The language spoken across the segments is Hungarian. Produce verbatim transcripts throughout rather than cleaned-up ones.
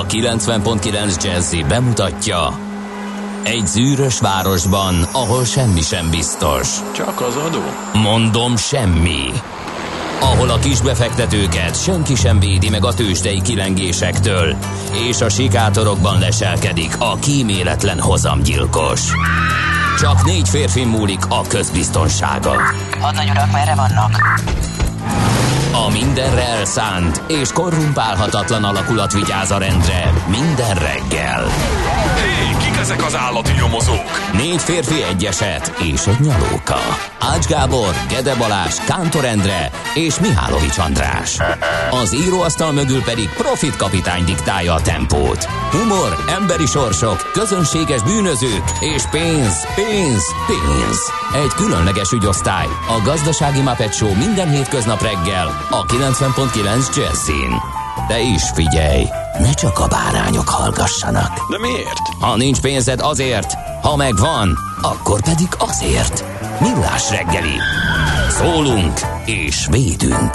A kilencven pont kilenc Jazzy bemutatja: egy zűrös városban, ahol semmi sem biztos. Csak az adó? Mondom, semmi. Ahol a kisbefektetőket senki sem védi meg a tőzsdei kilengésektől, és a sikátorokban leselkedik a kíméletlen hozamgyilkos. Csak négy férfi múlik a közbiztonsága. Hadnagy urak, merre vannak? A mindenre elszánt és korrumpálhatatlan alakulat vigyáz a rendre minden reggel. Hé, kik ezek az állati nyomozók? Négy férfi, egy eset és egy nyalóka. Ács Gábor, Gede Balázs, Kántor Endre és Mihálovics András. Az íróasztal mögül pedig Profit kapitány diktálja a tempót. Humor, emberi sorsok, közönséges bűnözők és pénz, pénz, pénz. Egy különleges ügyosztály, a Gazdasági Muppet Show minden hétköznap reggel a kilencven pont kilenc Jazzyn. De is figyelj, ne csak a bárányok hallgassanak. De miért? Ha nincs pénzed, azért, ha megvan, akkor pedig azért. Millás reggeli. Szólunk és védünk.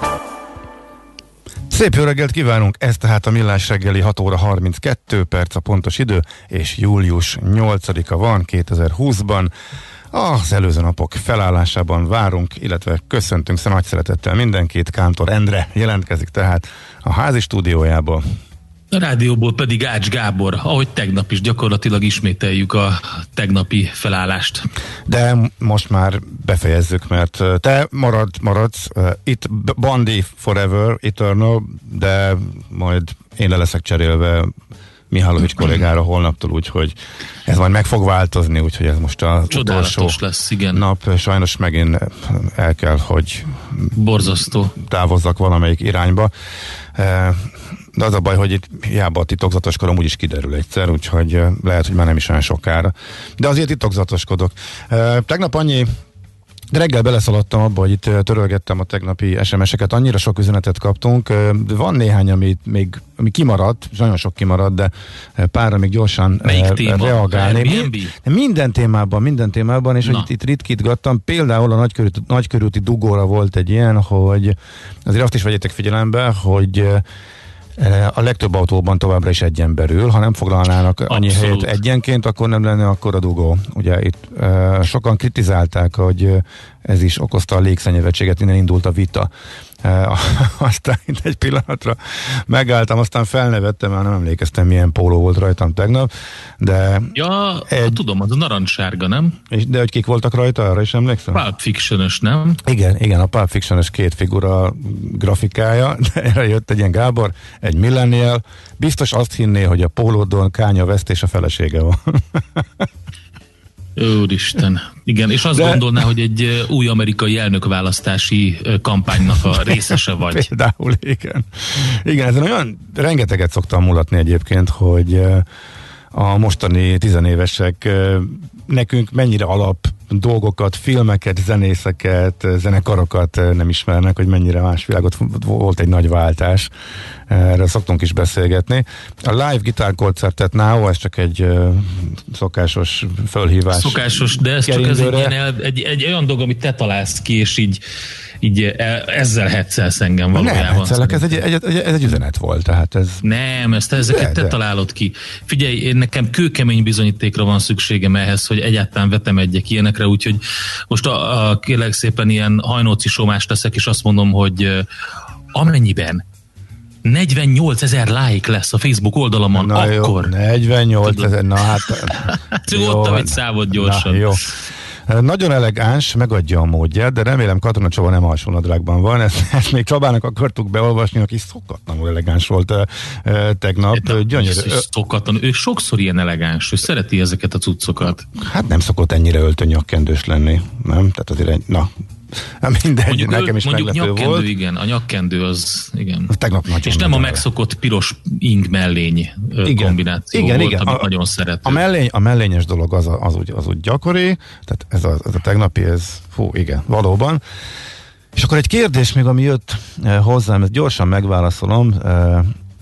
Szép jó reggelt kívánunk, ez tehát a Millás reggeli, hat óra harminckettő perc a pontos idő, és július nyolcadika van kétezer-húszban. Az előző napok felállásában várunk, illetve köszöntünk nagy szeretettel mindenkit. Kántor Endre jelentkezik tehát a házi stúdiójából. A rádióból pedig Ács Gábor, ahogy tegnap is gyakorlatilag ismételjük a tegnapi felállást. De most már befejezzük, mert te marad, maradsz, uh, itt Bondi Forever, Eternal, de majd én le leszek cserélve Mihálovics kollégára holnaptól, úgyhogy ez majd meg fog változni, úgyhogy ez most az utolsó lesz, igen. nap. Sajnos megint el kell, hogy borzasztó távozzak valamelyik irányba. De az a baj, hogy itt hiába a titokzatoskorom úgyis kiderül egyszer, úgyhogy lehet, hogy már nem is olyan sokára. De azért titokzatoskodok. Tegnap annyi De reggel beleszaladtam abba, hogy itt törölgettem a tegnapi es em es-eket, annyira sok üzenetet kaptunk, de van néhány, ami még ami kimaradt, nagyon sok kimaradt, de párra még gyorsan reagálni. Minden témában, minden témában, és hogy itt, itt ritkítgattam, például a nagykörúti, nagykörúti dugóra volt egy ilyen, hogy azért azt is vegyétek figyelembe, hogy a legtöbb autóban továbbra is egy ember ül, ha nem foglalnának annyi Abszolút. helyet egyenként, akkor nem lenne akkor a dugó. Ugye itt uh, sokan kritizálták, hogy uh, ez is okozta a légszennyezettséget, innen indult a vita. Uh, aztán egy pillanatra megálltam, aztán felnevettem, már nem emlékeztem, milyen póló volt rajtam tegnap, de... Ja, egy... tudom, az a narancssárga, nem? És, de hogy kik voltak rajta, arra is emlékszem? Pulp Fiction-ös, nem? Igen, igen, a Pulp Fiction-ös két figura grafikája, de erre jött egy ilyen Gábor, egy millennial, biztos azt hinné, hogy a pólódon Kanye West és a felesége van. Úristen. Igen, és azt De... gondolná, hogy egy új amerikai elnökválasztási kampánynak a részese vagy. Például, igen. Igen, ezen olyan rengeteget szoktam mulatni egyébként, hogy a mostani tizenévesek nekünk mennyire alap dolgokat, filmeket, zenészeket, zenekarokat nem ismernek, hogy mennyire más világot volt egy nagy váltás. Erről szoktunk is beszélgetni. A live gitárkoncertet náó, ez csak egy uh, szokásos fölhívás. Szokásos, de ez csak ez egy, ilyen, egy, egy olyan dolog, amit te találsz ki, és így, így ezzel hetszelsz engem valójában. Nem hetszellek, ez egy, egy, egy, ez egy üzenet volt. Tehát ez... Nem, ezt ezeket de, te de. találod ki. Figyelj, én nekem kőkemény bizonyítékra van szükségem ehhez, hogy egyáltalán vetemedjek ilyenekre, úgyhogy most a, a kérlek szépen ilyen hajnóci somást teszek, és azt mondom, hogy uh, amennyiben negyvennyolcezer like lesz a Facebook oldalamon, na akkor... Jó, negyvennyolcezer, na hát... Tudtam, hogy számod gyorsan. Na, jó. Nagyon elegáns, megadja a módját, de remélem Katona Csaba nem alsónadrágban van. Ezt, ezt még Csabának akartuk beolvasni, aki szokatlanul elegáns volt uh, tegnap. Na, gyönyörű. Szokatlan. Ő sokszor ilyen elegáns, ő szereti ezeket a cuccokat. Hát nem szokott ennyire öltönyakkendős lenni, nem? Tehát azért egy, na... Mindegy, mondjuk nekem is mondjuk meglepő nyakkendő, volt. Igen, a nyakkendő az, igen. Tegnap és nem a megszokott piros ing mellény igen. kombináció igen, volt, igen. amit a, nagyon szerető. A, mellény, a mellényes dolog az, az, úgy, az úgy gyakori, tehát ez a, ez a tegnapi, ez fú, igen, valóban. És akkor egy kérdés még, ami jött hozzám, ezt gyorsan megválaszolom.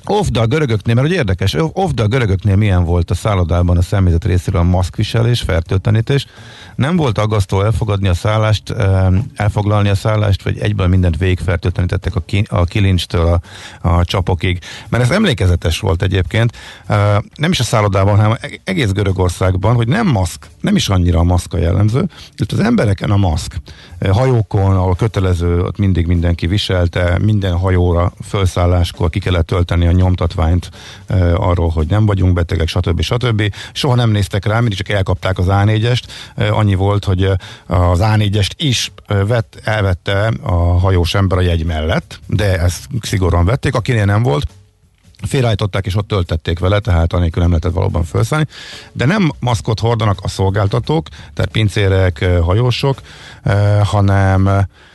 Ofda a görögöknél, mert hogy érdekes, ofda a görögöknél milyen volt a szállodában a személyzet részéről a maszkviselés, fertőtlenítés. Nem volt aggasztó elfogadni a szállást, elfoglalni a szállást, vagy egyből mindent végigfertőtlenítettek a, ki, a kilincstől a, a csapokig. Mert ez emlékezetes volt egyébként, nem is a szállodában, hanem egész Görögországban, hogy nem maszk, nem is annyira a maszk a jellemző, itt az embereken a maszk. Hajókon, ahol kötelező, ott mindig mindenki viselte, minden hajóra felszálláskor ki kellett tölteni a nyomtatványt e, arról, hogy nem vagyunk betegek, stb. stb. Soha nem néztek rá, mindig csak elkapták az á négyest. E, annyi volt, hogy az á négyest is vett, elvette a hajós ember a jegy mellett, de ezt szigorúan vették, akinél nem volt, félreállították és ott töltették vele, tehát anélkül nem lehetett valóban felszállni. De nem maszkot hordanak a szolgáltatók, tehát pincérek, hajósok, eh, hanem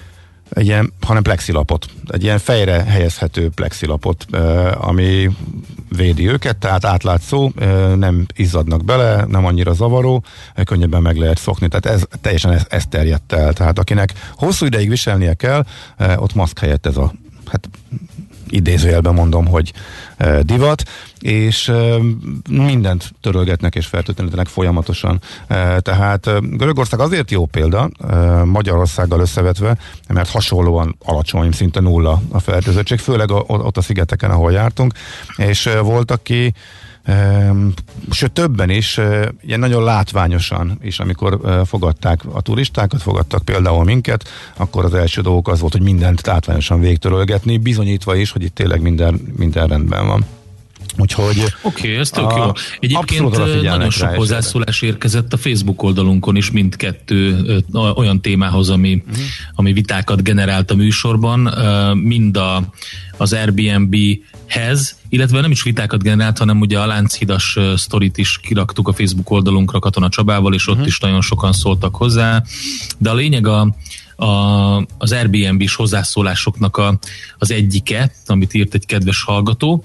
egy ilyen, hanem plexilapot. Egy ilyen fejre helyezhető plexilapot, eh, ami védi őket, tehát átlátszó, eh, nem izzadnak bele, nem annyira zavaró, eh, könnyebben meg lehet szokni. Tehát ez teljesen ez, ez terjedt el. Tehát akinek hosszú ideig viselnie kell, eh, ott maszk helyett ez a hát idézőjelben mondom, hogy e, divat, és e, mindent törölgetnek és fertőtlenítenek folyamatosan. E, tehát e, Görögország azért jó példa, e, Magyarországgal összevetve, mert hasonlóan alacsony, szinte nulla a fertőzöttség, főleg a, ott a szigeteken, ahol jártunk, és e, volt, aki Um, sőt többen is, uh, ilyen nagyon látványosan is, amikor uh, fogadták a turistákat, fogadtak például minket, akkor az első dolgok az volt, hogy mindent látványosan végtörölgetni, bizonyítva is, hogy itt tényleg minden, minden rendben van. Úgyhogy Oké, okay, ez tök jó. Egyébként nagyon sok hozzászólás érkezett a Facebook oldalunkon is mindkettő olyan témához, ami, uh-huh. ami vitákat generált a műsorban, mind a, az Airbnb-hez, illetve nem is vitákat generált, hanem ugye a Lánchidas sztorit is kiraktuk a Facebook oldalunkra Katona Csabával, és ott uh-huh. is nagyon sokan szóltak hozzá, de a lényeg a A, az Airbnb-s hozzászólásoknak a, az egyike, amit írt egy kedves hallgató,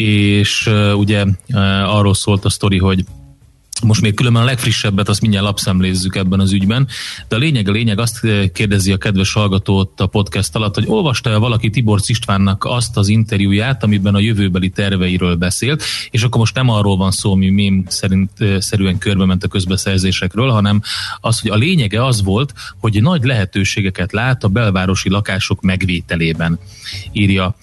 és uh, ugye uh, arról szólt a sztori, hogy most még különben a legfrissebbet, azt mindjárt lapszemlézzük ebben az ügyben, de a lényeg, a lényeg azt kérdezi a kedves hallgatót a podcast alatt, hogy olvasta-e valaki Tiborcs Istvánnak azt az interjúját, amiben a jövőbeli terveiről beszélt, és akkor most nem arról van szó, ami mém szerint szerűen körbe ment a közbeszerzésekről, hanem az, hogy a lényege az volt, hogy nagy lehetőségeket lát a belvárosi lakások megvételében, írja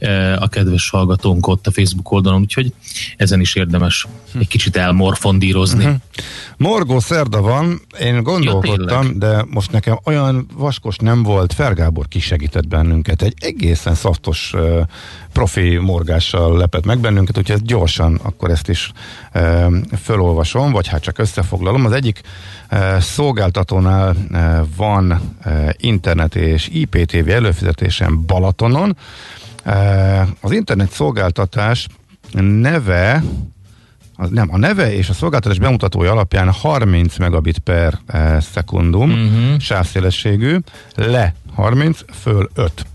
a kedves hallgatónk ott a Facebook oldalon, úgyhogy ezen is érdemes egy kicsit elmorfondírozni. Uh-huh. Morgó szerda van, én gondolkodtam, ja, de most nekem olyan vaskos nem volt, Fergábor kisegített bennünket, egy egészen szaftos uh, profi morgással lepett meg bennünket, úgyhogy gyorsan akkor ezt is uh, fölolvasom, vagy hát csak összefoglalom. Az egyik uh, szolgáltatónál uh, van uh, internet és I P T V előfizetésen Balatonon. Uh, az internet szolgáltatás neve Az nem, a neve és a szolgáltatás bemutatója alapján harminc megabit per eh, szekundum uh-huh. sávszélességű, le harminc, föl öt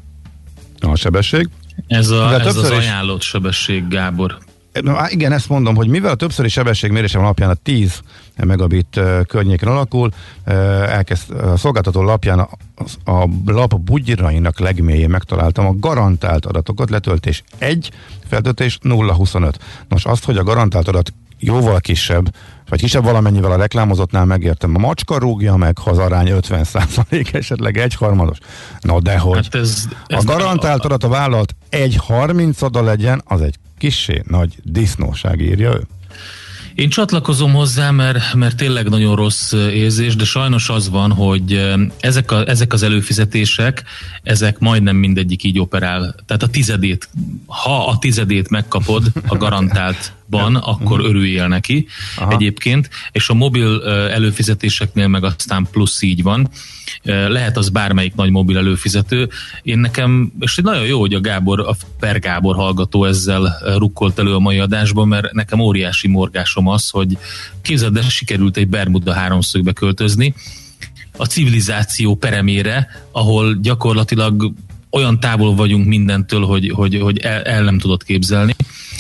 a sebesség. Ez, a, ez az ajánlott sebesség, Gábor. Na, igen, ezt mondom, hogy mivel a többszöri sebességmérésem alapján a tíz megabit uh, környéken alakul, uh, elkezd, a szolgáltató lapján a, a lap bugyrainak legmélyén megtaláltam a garantált adatokat, letöltés egy, feltöltés nulla huszonöt. Nos, azt, hogy a garantált adat jóval kisebb, vagy kisebb valamennyivel a reklámozottnál megértem. A macska rúgja meg, ha az arány ötven százalék, esetleg egyharmados. No, dehogy. Hát ez, ez a garantált adat a vállalt egy harmincoda legyen, az egy kissé nagy disznóság, írja ő. Én csatlakozom hozzá, mert, mert tényleg nagyon rossz érzés, de sajnos az van, hogy ezek, a, ezek az előfizetések, ezek majdnem mindegyik így operál. Tehát a tizedét, ha a tizedét megkapod a garantáltban, akkor örüljél neki. Aha. Egyébként, és a mobil előfizetéseknél meg aztán plusz így van. Lehet az bármelyik nagy mobil előfizető. Én nekem, és nagyon jó, hogy a Gábor, a Per Gábor hallgató ezzel rukkolt elő a mai adásban, mert nekem óriási morgásom az, hogy képzeld, de sikerült egy Bermuda háromszögbe költözni a civilizáció peremére, ahol gyakorlatilag olyan távol vagyunk mindentől, hogy, hogy, hogy el, el nem tudod képzelni.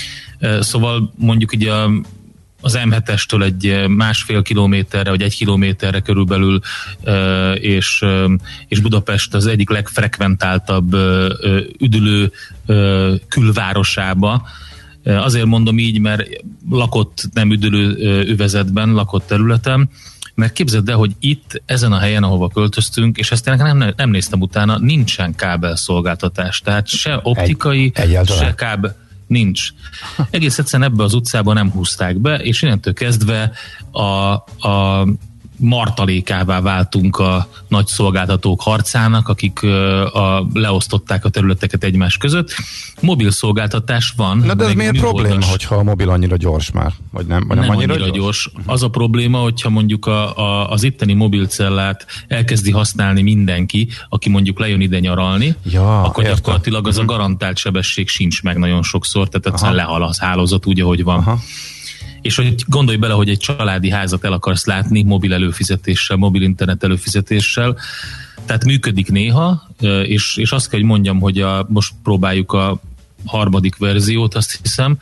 Szóval mondjuk így a az em hetestől egy másfél kilométerre, vagy egy kilométerre körülbelül, és, és Budapest az egyik legfrekventáltabb üdülő külvárosába Azért mondom így, mert lakott, nem üdülő övezetben, lakott területen, mert képzeld el, hogy itt, ezen a helyen, ahova költöztünk, és ezt nem, nem, nem néztem utána, nincsen kábelszolgáltatás, tehát se optikai, Egy, se kábel, nincs. Egész egyszerűen ebbe az utcába nem húzták be, és innentől kezdve a, a martalékává váltunk a nagy szolgáltatók harcának, akik a, leosztották a területeket egymás között. Mobil szolgáltatás van. Na de ez miért probléma, hogyha a mobil annyira gyors már? Vagy nem, vagy nem, nem annyira, annyira gyors? gyors. Az a probléma, hogyha mondjuk a, a, az itteni mobilcellát elkezdi használni mindenki, aki mondjuk lejön ide nyaralni, ja, akkor értem. gyakorlatilag az a garantált sebesség sincs meg nagyon sokszor, tehát egyszerűen lehal az hálózat úgy, ahogy van. Aha. És hogy gondolj bele, hogy egy családi házat el akarsz látni mobil előfizetéssel, mobil internet előfizetéssel, tehát működik néha, és, és azt kell, hogy mondjam, hogy a, most próbáljuk a harmadik verziót, azt hiszem,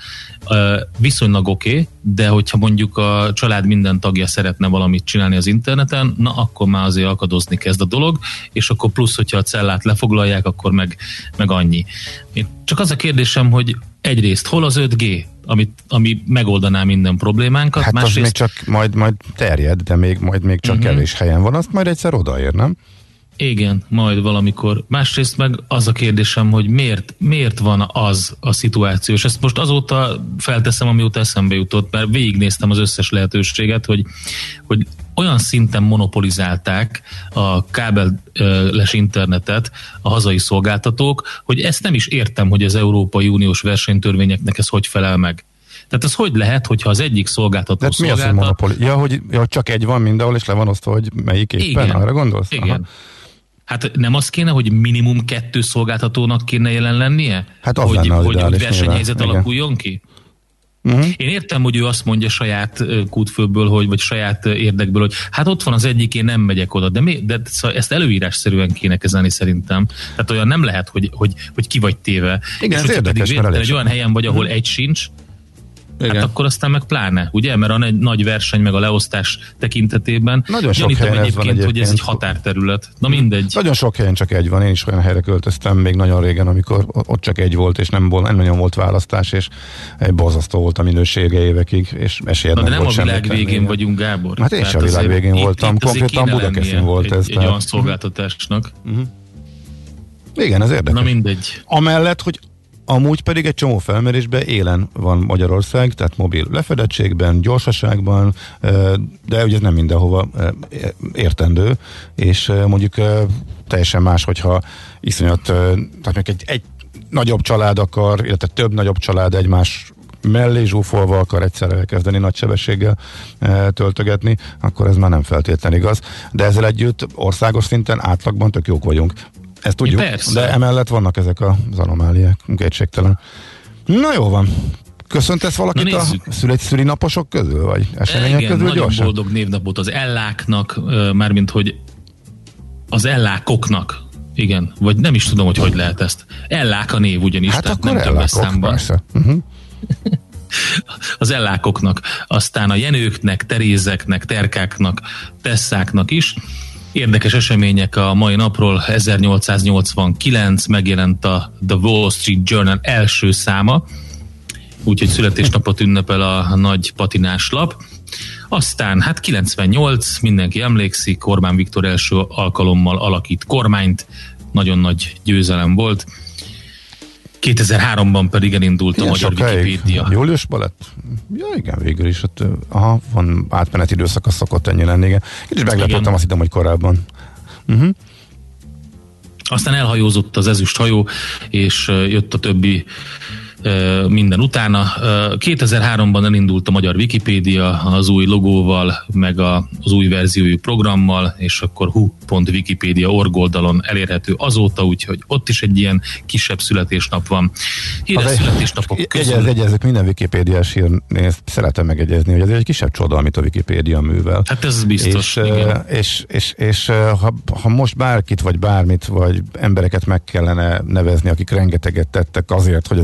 viszonylag oké, okay, de hogyha mondjuk a család minden tagja szeretne valamit csinálni az interneten, na akkor már azért akadozni kezd a dolog, és akkor plusz, hogyha a cellát lefoglalják, akkor meg, meg annyi. Én csak az a kérdésem, hogy egyrészt hol az öt G, amit, ami megoldaná minden problémánkat. Hát másrészt... az még csak majd, majd terjed, de még, majd még csak uh-huh. kevés helyen van, azt majd egyszer odaér, nem? Igen, majd valamikor. Másrészt meg az a kérdésem, hogy miért, miért van az a szituáció, és ezt most azóta felteszem, amióta eszembe jutott, mert végignéztem az összes lehetőséget, hogy, hogy olyan szinten monopolizálták a kábeles internetet a hazai szolgáltatók, hogy ezt nem is értem, hogy az Európai Uniós versenytörvényeknek ez hogy felel meg. Tehát ez hogy lehet, hogyha az egyik szolgáltató Tehát szolgáltat... mi az, hogy monopoli? Ja, hogy, ja, csak egy van mindenhol, és le van osztva, hogy melyik éppen? Igen. Arra gondolsz? Igen. Aha. Hát nem az kéne, hogy minimum kettő szolgáltatónak kéne jelen lennie? Hát az hogy, lenne az hogy, ideális, hogy versenyhelyzet nyilván. alakuljon ki? Uh-huh. Én értem, hogy ő azt mondja saját kútfőből, hogy, vagy saját érdekből, hogy hát ott van az egyik, én nem megyek oda, de, mi, de ezt előírásszerűen kéne kezelni szerintem. Tehát olyan nem lehet, hogy, hogy, hogy ki vagy téve. Igen, és ez érdekes, pedig egy olyan helyen vagy, ahol uh-huh. egy sincs, igen. Hát akkor aztán meg pláne, ugye? Mert a nagy verseny meg a leosztás tekintetében nagyon sok helyen egyébként, ez van egyébként, hogy ez egy határterület. Na mindegy. Nagyon sok helyen csak egy van, én is olyan helyre költöztem még nagyon régen, amikor ott csak egy volt, és nem, nem nagyon volt választás, és egy borzasztó volt a minősége évekig, és esélyed Na, nem de volt nem a világ semmit végén vagyunk, Gábor. Hát én sem a világ végén itt, voltam, itt konkrétan Budakeszin volt egy, ez. Egy tehát... olyan szolgáltatásnak. Uh-huh. Igen, ez érdekes. Na mindegy. Amellett, hogy amúgy pedig egy csomó felmérésben élen van Magyarország, tehát mobil lefedettségben, gyorsaságban, de ugye ez nem mindenhova értendő, és mondjuk teljesen más, hogyha iszonyat, tehát egy, egy nagyobb család akar, illetve több nagyobb család egymás mellé zsúfolva akar egyszerre elkezdeni nagy sebességgel töltögetni, akkor ez már nem feltétlen igaz. De ezzel együtt országos szinten átlagban tök jók vagyunk. Ezt tudjuk, de emellett vannak ezek az anomáliák, kétségtelen. Na jó van. Köszöntesz valakit a szület szülinaposok közül, vagy események igen, közül nagyon gyorsan? boldog névnapot az elláknak, mármint hogy az ellákoknak, igen, vagy nem is tudom, hogy hogy lehet ezt. Ellák a név ugyanis, hát tehát akkor nem többes ellákok, számban. Persze. Uh-huh. Az ellákoknak, aztán a Jenőknek, Terézeknek, Terkáknak, Tesszáknak is. Érdekes események a mai napról. ezernyolcszáznyolcvankilenc megjelent a The Wall Street Journal első száma, úgyhogy születésnapot ünnepel a nagy patinás lap. Aztán hát kilencvennyolc, mindenki emlékszik, Orbán Viktor első alkalommal alakít kormányt, nagyon nagy győzelem volt. kétezer-háromban pedig elindult a ilyen magyar Wikipédia. Júliusban lett? Ja igen, végül is. Ott, aha, van átmeneti időszak, az szokott ennyi lenni. Igen. Kicsit meglepődtem, azt hittem, hogy korábban. Uh-huh. Aztán elhajózott az ezüst hajó, és jött a többi minden utána. kétezer-háromban elindult a magyar Wikipédia az új logóval, meg a, az új verziójú programmal, és akkor hu pont wikipedia pont org oldalon elérhető azóta, úgyhogy ott is egy ilyen kisebb születésnap van. Híres születésnapok közül. Egyez, egyezek, minden Wikipédiás hírnél szeretem megegyezni, hogy ez egy kisebb csoda, amit a Wikipédia művel. Hát ez biztos, és, igen. És, és, és ha, ha most bárkit, vagy bármit, vagy embereket meg kellene nevezni, akik rengeteget tettek azért, hogy az emberiség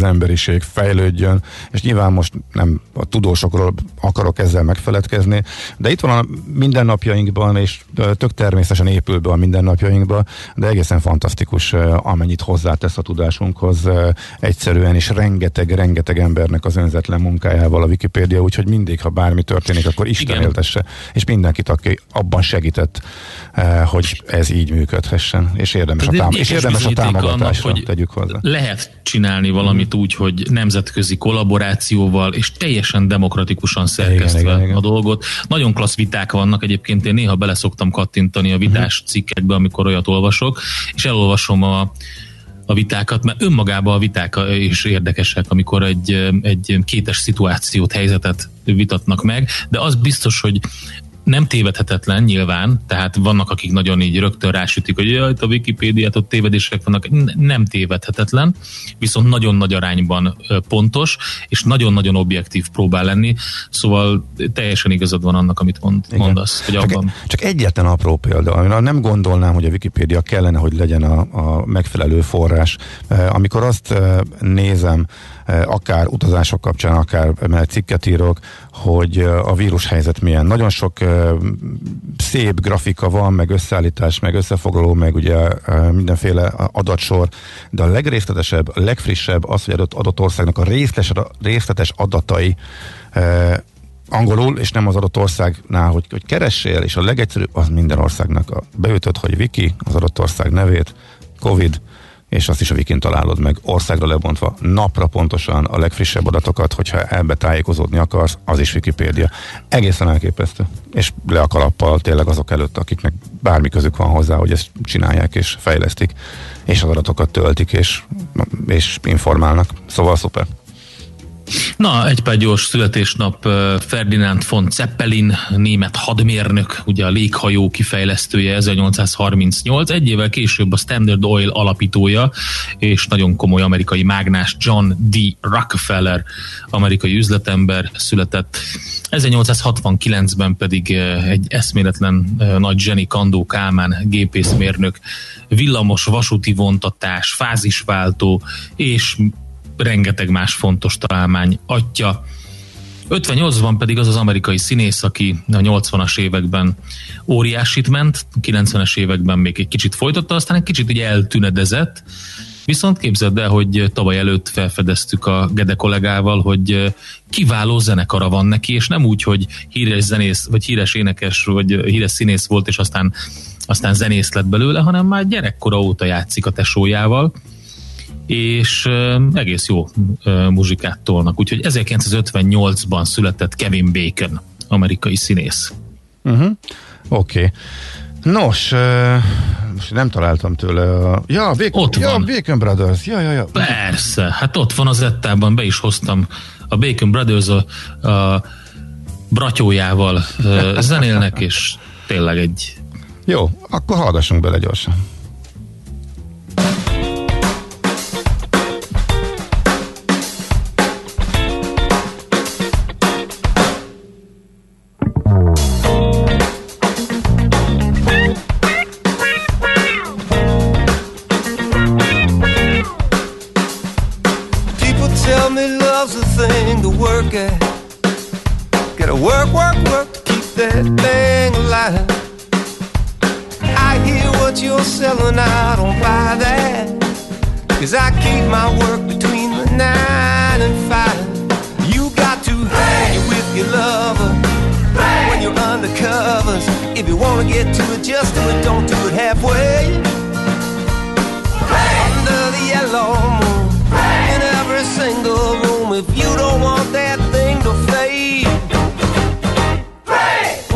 közönség fejlődjön, és nyilván most nem a tudósokról akarok ezzel megfeledkezni, de itt van a mindennapjainkban, és tök természetesen épül be a mindennapjainkban, de egészen fantasztikus, amennyit hozzátesz a tudásunkhoz egyszerűen, és rengeteg-rengeteg embernek az önzetlen munkájával a Wikipédia, úgyhogy mindig, ha bármi történik, akkor Isten éltesse, és mindenkit, aki abban segített, hogy ez így működhessen, és érdemes, a, tám- és érdemes a támogatásra, annak, tegyük hozzá. Lehet csinálni valamit úgy, hogy nemzetközi kollaborációval, és teljesen demokratikusan szerkesztve igen, igen, igen. a dolgot. Nagyon klassz viták vannak, egyébként én néha bele szoktam kattintani a vitás uh-huh. cikkekbe, amikor olyat olvasok, és elolvasom a a vitákat, mert önmagában a viták is érdekesek, amikor egy, egy kétes szituációt, helyzetet vitatnak meg, de az biztos, hogy nem tévedhetetlen nyilván, tehát vannak, akik nagyon így rögtön rásütik, hogy jaj, a Wikipédiát, ott tévedések vannak, nem tévedhetetlen, viszont nagyon nagy arányban pontos, és nagyon-nagyon objektív próbál lenni, szóval teljesen igazad van annak, amit mond, mondasz. Hogy csak, abban... csak egyetlen apró példa, nem gondolnám, hogy a Wikipédia kellene, hogy legyen a, a megfelelő forrás. Amikor azt nézem, akár utazások kapcsán, akár cikket írok, hogy a vírushelyzet milyen. Nagyon sok szép grafika van, meg összeállítás, meg összefoglaló, meg ugye mindenféle adatsor, de a legrészletesebb, a legfrissebb az, hogy adott, adott országnak a részletes, részletes adatai angolul, és nem az adott országnál, hogy, hogy keressél, és a legegyszerűbb az minden országnak. A, beütöd, hogy Wiki, az adott ország nevét, Covid, és azt is a Wikin találod meg, országra lebontva, napra pontosan a legfrissebb adatokat, hogyha ebbe tájékozódni akarsz, az is Wikipédia. Egészen elképesztő. És le a kalappal tényleg azok előtt, akiknek bármi közük van hozzá, hogy ezt csinálják és fejlesztik, és az adatokat töltik, és, és informálnak. Szóval szuper. Na, egy pár gyors születésnap. Ferdinand von Zeppelin, német hadmérnök, ugye a léghajó kifejlesztője, ezernyolcszázharmincnyolc, egy évvel később a Standard Oil alapítója, és nagyon komoly amerikai mágnás John D. Rockefeller, amerikai üzletember született. ezernyolcszázhatvankilencben pedig egy eszméletlen nagy zseni, Kandó Kálmán gépészmérnök, villamos vasúti vontatás, fázisváltó, és rengeteg más fontos találmány atya. ötvennyolcban pedig az az amerikai színész, aki a nyolcvanas években óriásit ment, kilencvenes években még egy kicsit folytatta, aztán egy kicsit így eltünedezett, viszont képzeld el, hogy tavaly előtt felfedeztük a Gede kollégával, hogy kiváló zenekara van neki, és nem úgy, hogy híres zenész, vagy híres énekes, vagy híres színész volt, és aztán, aztán zenész lett belőle, hanem már gyerekkora óta játszik a tesójával, és uh, egész jó uh, muzsikát tolnak. Úgyhogy ezerkilencszázötvennyolcban született Kevin Bacon, amerikai színész. Uh-huh. Oké. Okay. Nos, uh, most nem találtam tőle a... Ja, Bacon, ott ja, van. Bacon Brothers. Ja, ja, ja. Persze, hát ott van az ettában, be is hoztam. A Bacon Brothers a, a bratyójával uh, zenélnek, és tényleg egy... Jó, akkor hallgassunk bele gyorsan. Gotta work, work, work to keep that thing alive. I hear what you're selling, I don't buy that. Cause I keep my work between the nine and five. You got to hang it with your lover when you're undercovers. If you wanna get to it, just do it, don't do it halfway. Under the yellow moon, in every single room, if you don't want that thing to fade, pray.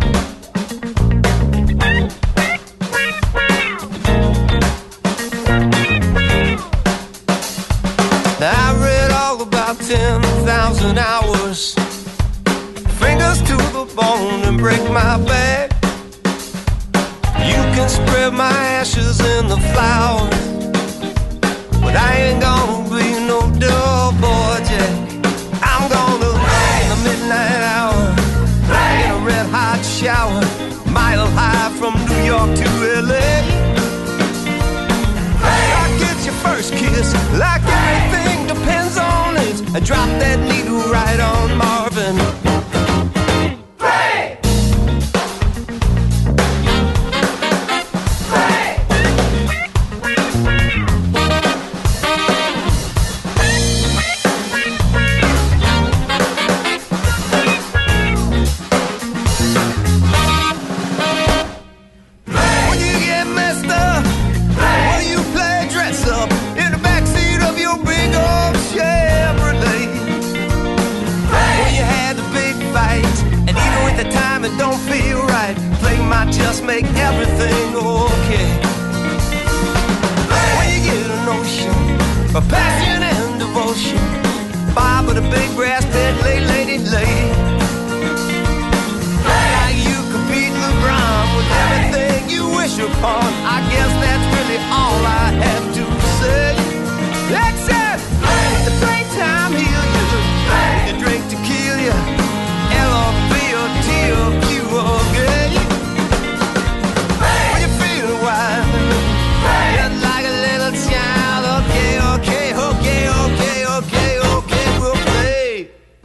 I read all about ten thousand hours, fingers to the bone and break my back. You can spread my ashes in the flowers, but I ain't gonna be no dull boy jack. I'm gonna in the midnight hour, in a red hot shower, mile high from New York to L A. I get your first kiss like everything depends on and drop that needle right on Marvin. Just make everything okay. When you get an ocean of passion and devotion, Bob with a big brass bed, lay, lady, lay. Like you compete LeBron with everything you wish upon. I guess that's really all I have to say. Except the playtime heal you, the drink to kill you, L O V O T O Q again. Like a little child, okay, okay, okay, okay, okay, okay, we'll play.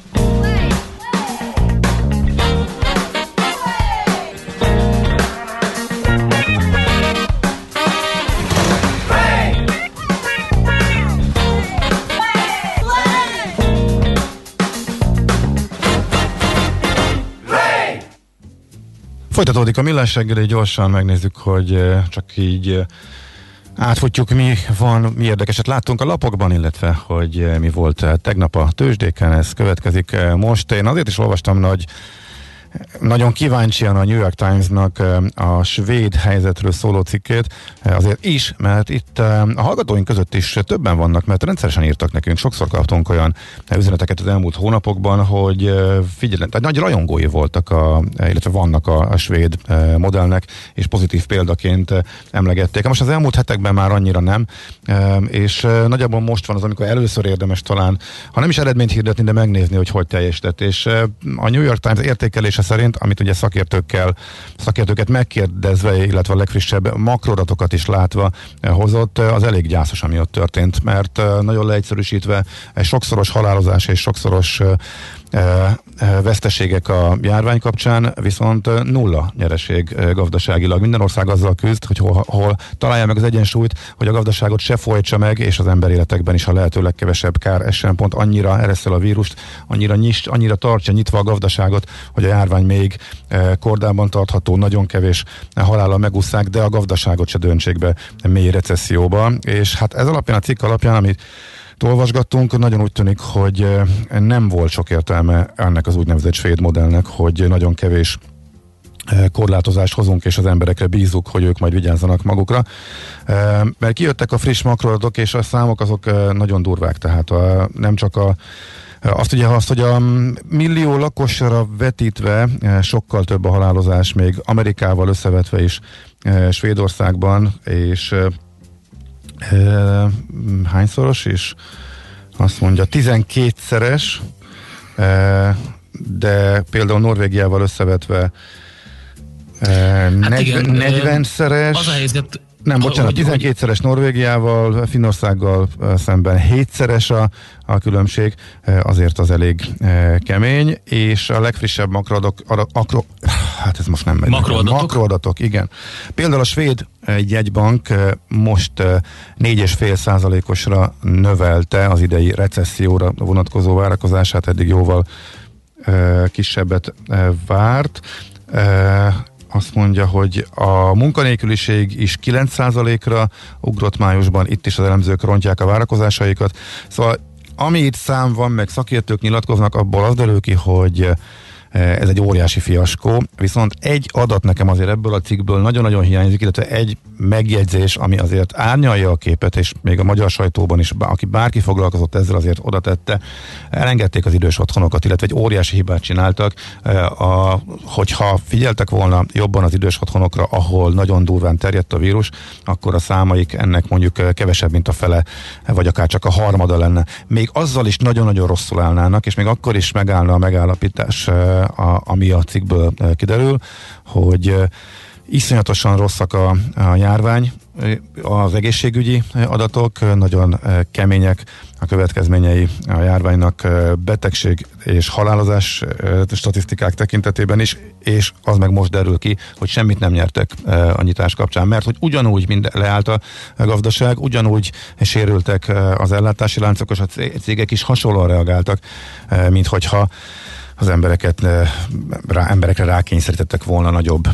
Folytatódik a Millás reggeli, gyorsan megnézzük, hogy csak így átfutjuk, mi van, mi érdekeset láttunk a lapokban, illetve hogy mi volt tegnap a tőzsdéken, ez következik most. Én azért is olvastam nagy nagyon kíváncsian a New York Times-nak a svéd helyzetről szóló cikkét, azért is, mert itt a hallgatóink között is többen vannak, mert rendszeresen írtak nekünk, sokszor kaptunk olyan üzeneteket az elmúlt hónapokban, hogy figyelem, tehát nagy rajongói voltak, a, illetve vannak a, a svéd modellnek, és pozitív példaként emlegették. Most az elmúlt hetekben már annyira nem, és nagyjából most van az, amikor először érdemes talán, ha nem is eredményt hirdetni, de megnézni, hogy hogy teljesített. És a New York Times értékelése szerint, amit ugye szakértőkkel, szakértőket megkérdezve, illetve a legfrissebb makroadatokat is látva hozott, az elég gyászos, ami ott történt, mert nagyon leegyszerűsítve egy sokszoros halálozás és sokszoros veszteségek a járvány kapcsán, viszont nulla nyereség gazdaságilag. Minden ország azzal küzd, hogy hol, hol találja meg az egyensúlyt, hogy a gazdaságot se folytsa meg, és az emberéletekben is a lehető legkevesebb kár essen. Pont annyira ereszel a vírust, annyira, nyis, annyira tartja nyitva a gazdaságot, hogy a járvány még kordában tartható, nagyon kevés halállal megússzák, de a gazdaságot se döntsék be mély recesszióba. És hát ez alapján, a cikk alapján, amit olvasgattunk, nagyon úgy tűnik, hogy nem volt sok értelme ennek az úgynevezett svéd modellnek, hogy nagyon kevés korlátozást hozunk, és az emberekre bízunk, hogy ők majd vigyázzanak magukra. Mert kijöttek a friss makroadatok, és a számok azok nagyon durvák, tehát a, nem csak a Azt ugye azt, hogy a millió lakosra vetítve sokkal több a halálozás, még Amerikával összevetve is Svédországban, és hányszoros is? Azt mondja, tizenkétszeres, de például Norvégiával összevetve hát negyvenszeres. Az a helyzet, Nem, bocsánat, tizenkétszeres Norvégiával, Finnországgal szemben hétszeres a, a különbség, azért az elég kemény, és a legfrissebb makroadatok, akro, hát ez most nem megy. Makroadatok? Makroadatok, igen. Például a svéd jegybank most négy egész öt százalékosra növelte az idei recesszióra vonatkozó várakozását, eddig jóval kisebbet várt. Azt mondja, hogy a munkanélküliség is kilenc százalékra ugrott májusban, itt is az elemzők rontják a várakozásaikat. Szóval ami itt szám van, meg szakértők nyilatkoznak, abból az derül ki, hogy ez egy óriási fiaskó, viszont egy adat nekem azért ebből a cikkből nagyon-nagyon hiányzik, illetve egy megjegyzés, ami azért árnyalja a képet, és még a magyar sajtóban is, aki bárki foglalkozott ezzel, azért oda tette, elengedték az idős otthonokat, illetve egy óriási hibát csináltak, a, hogyha figyeltek volna jobban az idős otthonokra, ahol nagyon durván terjedt a vírus, akkor a számaik ennek mondjuk kevesebb, mint a fele, vagy akár csak a harmada lenne. Még azzal is nagyon-nagyon rosszul állnának, és még akkor is megállna a megállapítás, A, ami a cikkből kiderül, hogy iszonyatosan rosszak a, a járvány az egészségügyi adatok nagyon kemények, a következményei a járványnak betegség és halálozás statisztikák tekintetében is, és az meg most derül ki, hogy semmit nem nyertek a nyitás kapcsán, mert hogy ugyanúgy, mint leállt a gazdaság, ugyanúgy sérültek az ellátási láncok, és a cégek is hasonlóan reagáltak, mint hogyha az embereket, rá, emberekre rákényszerítettek volna nagyobb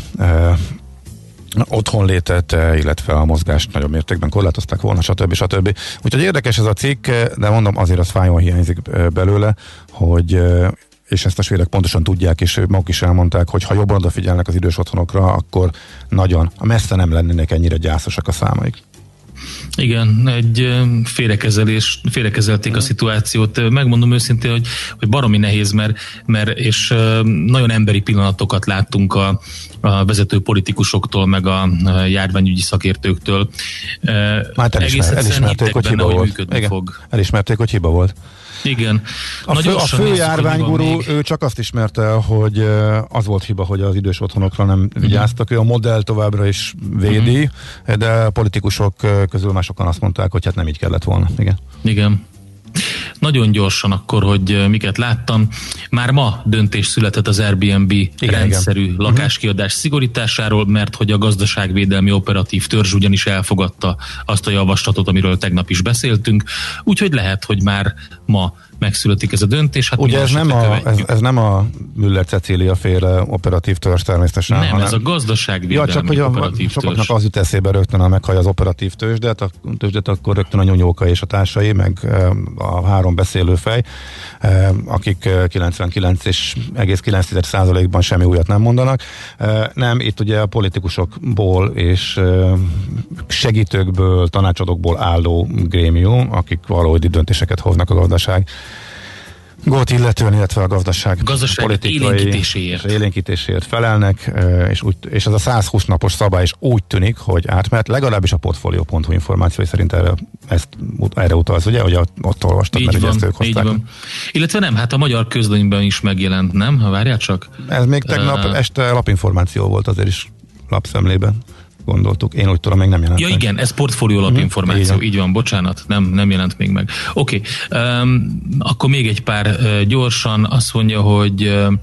otthonlétet, illetve a mozgást nagyobb mértékben korlátozták volna, stb. stb. Úgyhogy érdekes ez a cikk, de mondom, azért az fájóan hiányzik belőle, hogy, és ezt a svédek pontosan tudják, és maguk is elmondták, hogy ha jobban odafigyelnek az idős otthonokra, akkor nagyon, messze nem lennének ennyire gyászosak a számaik. Igen, egy félrekezelés, félrekezelték a szituációt. Megmondom őszintén, hogy, hogy baromi nehéz, mert, mert és nagyon emberi pillanatokat láttunk a, a vezető politikusoktól, meg a járványügyi szakértőktől. Hát elismer, elismerték, hogy hiba volt. Igen, fog. Elismerték, hogy hiba volt. Igen. A fő, a fő járványgurú, ő csak azt ismerte, hogy az volt hiba, hogy az idős otthonokra nem uh-huh. vigyáztak. Ő a modell továbbra is védi, uh-huh. de a politikusok közül már sokan azt mondták, hogy hát nem így kellett volna. Igen. Igen. Nagyon gyorsan akkor, hogy miket láttam. Már ma döntés született az Airbnb igen, rendszerű igen. lakáskiadás szigorításáról, mert hogy a gazdaságvédelmi operatív törzs ugyanis elfogadta azt a javaslatot, amiről tegnap is beszéltünk, úgyhogy lehet, hogy már ma megszületik ez a döntés. Hát ugye ez nem, a, ez, ez nem a Müller-Cecília féle operatív törzs természetesen. Nem, hanem... ez a gazdaságvédelmi ja, csak, hogy operatív a, sokaknak az jut eszébe rögtön, ha meghallja az operatív tőzsdet, a tőzsdet, akkor rögtön a nyúnyóka és a társai, meg a három beszélőfej, akik kilencvenkilenc egész kilenc százalékban semmi újat nem mondanak. Nem, itt ugye a politikusokból és segítőkből, tanácsadókból álló grémium, akik valahogy döntéseket hoznak a gazdaság gót illetően, illetve a gazdaság, gazdaság politikai élénkítéséért. élénkítéséért felelnek, és, úgy, és ez a száz húsz napos szabály is úgy tűnik, hogy átmehet, legalábbis a portfolio pont hu információi szerint erre, ezt, erre utalsz, ugye, hogy ott olvastak, így mert van, ugye ezt ők hozták. Van. Illetve nem, hát a Magyar Közlönyben is megjelent, nem? Ha várjál csak. Ez még tegnap uh, este lapinformáció volt azért is lapszemlében. Gondoltuk. Én úgy tudom, még nem jelent ja, meg. igen, ez portfólió alapinformáció. Mm, így van, bocsánat, nem, nem jelent még meg. Oké, okay. um, akkor még egy pár uh, gyorsan. Azt mondja, hogy uh,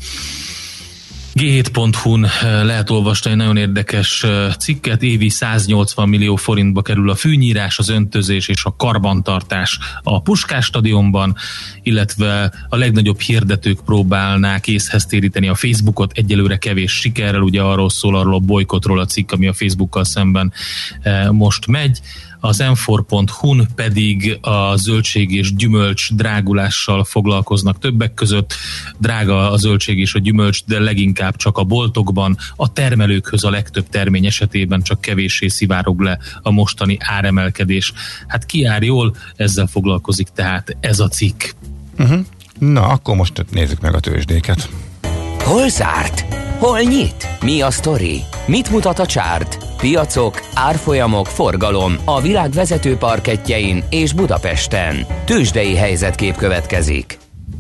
gé hét pont hu-n lehet olvasni egy nagyon érdekes cikket, évi száznyolcvan millió forintba kerül a fűnyírás, az öntözés és a karbantartás a Puskás stadionban, illetve a legnagyobb hirdetők próbálnák észhez téríteni a Facebookot, egyelőre kevés sikerrel, ugye arról szól, arról a bolykotról a cikk, ami a Facebookkal szemben most megy. Az em négy pont hu-n pedig a zöldség és gyümölcs drágulással foglalkoznak többek között. Drága a zöldség és a gyümölcs, de leginkább csak a boltokban. A termelőkhöz a legtöbb termény esetében csak kevéssé szivárog le a mostani áremelkedés. Hát ki jár jól, ezzel foglalkozik tehát ez a cikk. Uh-huh. Na, akkor most nézzük meg a tőzsdéket. Hol zárt? Hol nyit? Mi a sztori? Mit mutat a csárt? Piacok, árfolyamok, forgalom a világ vezető parkettjein és Budapesten. Tőzsdei helyzetkép következik.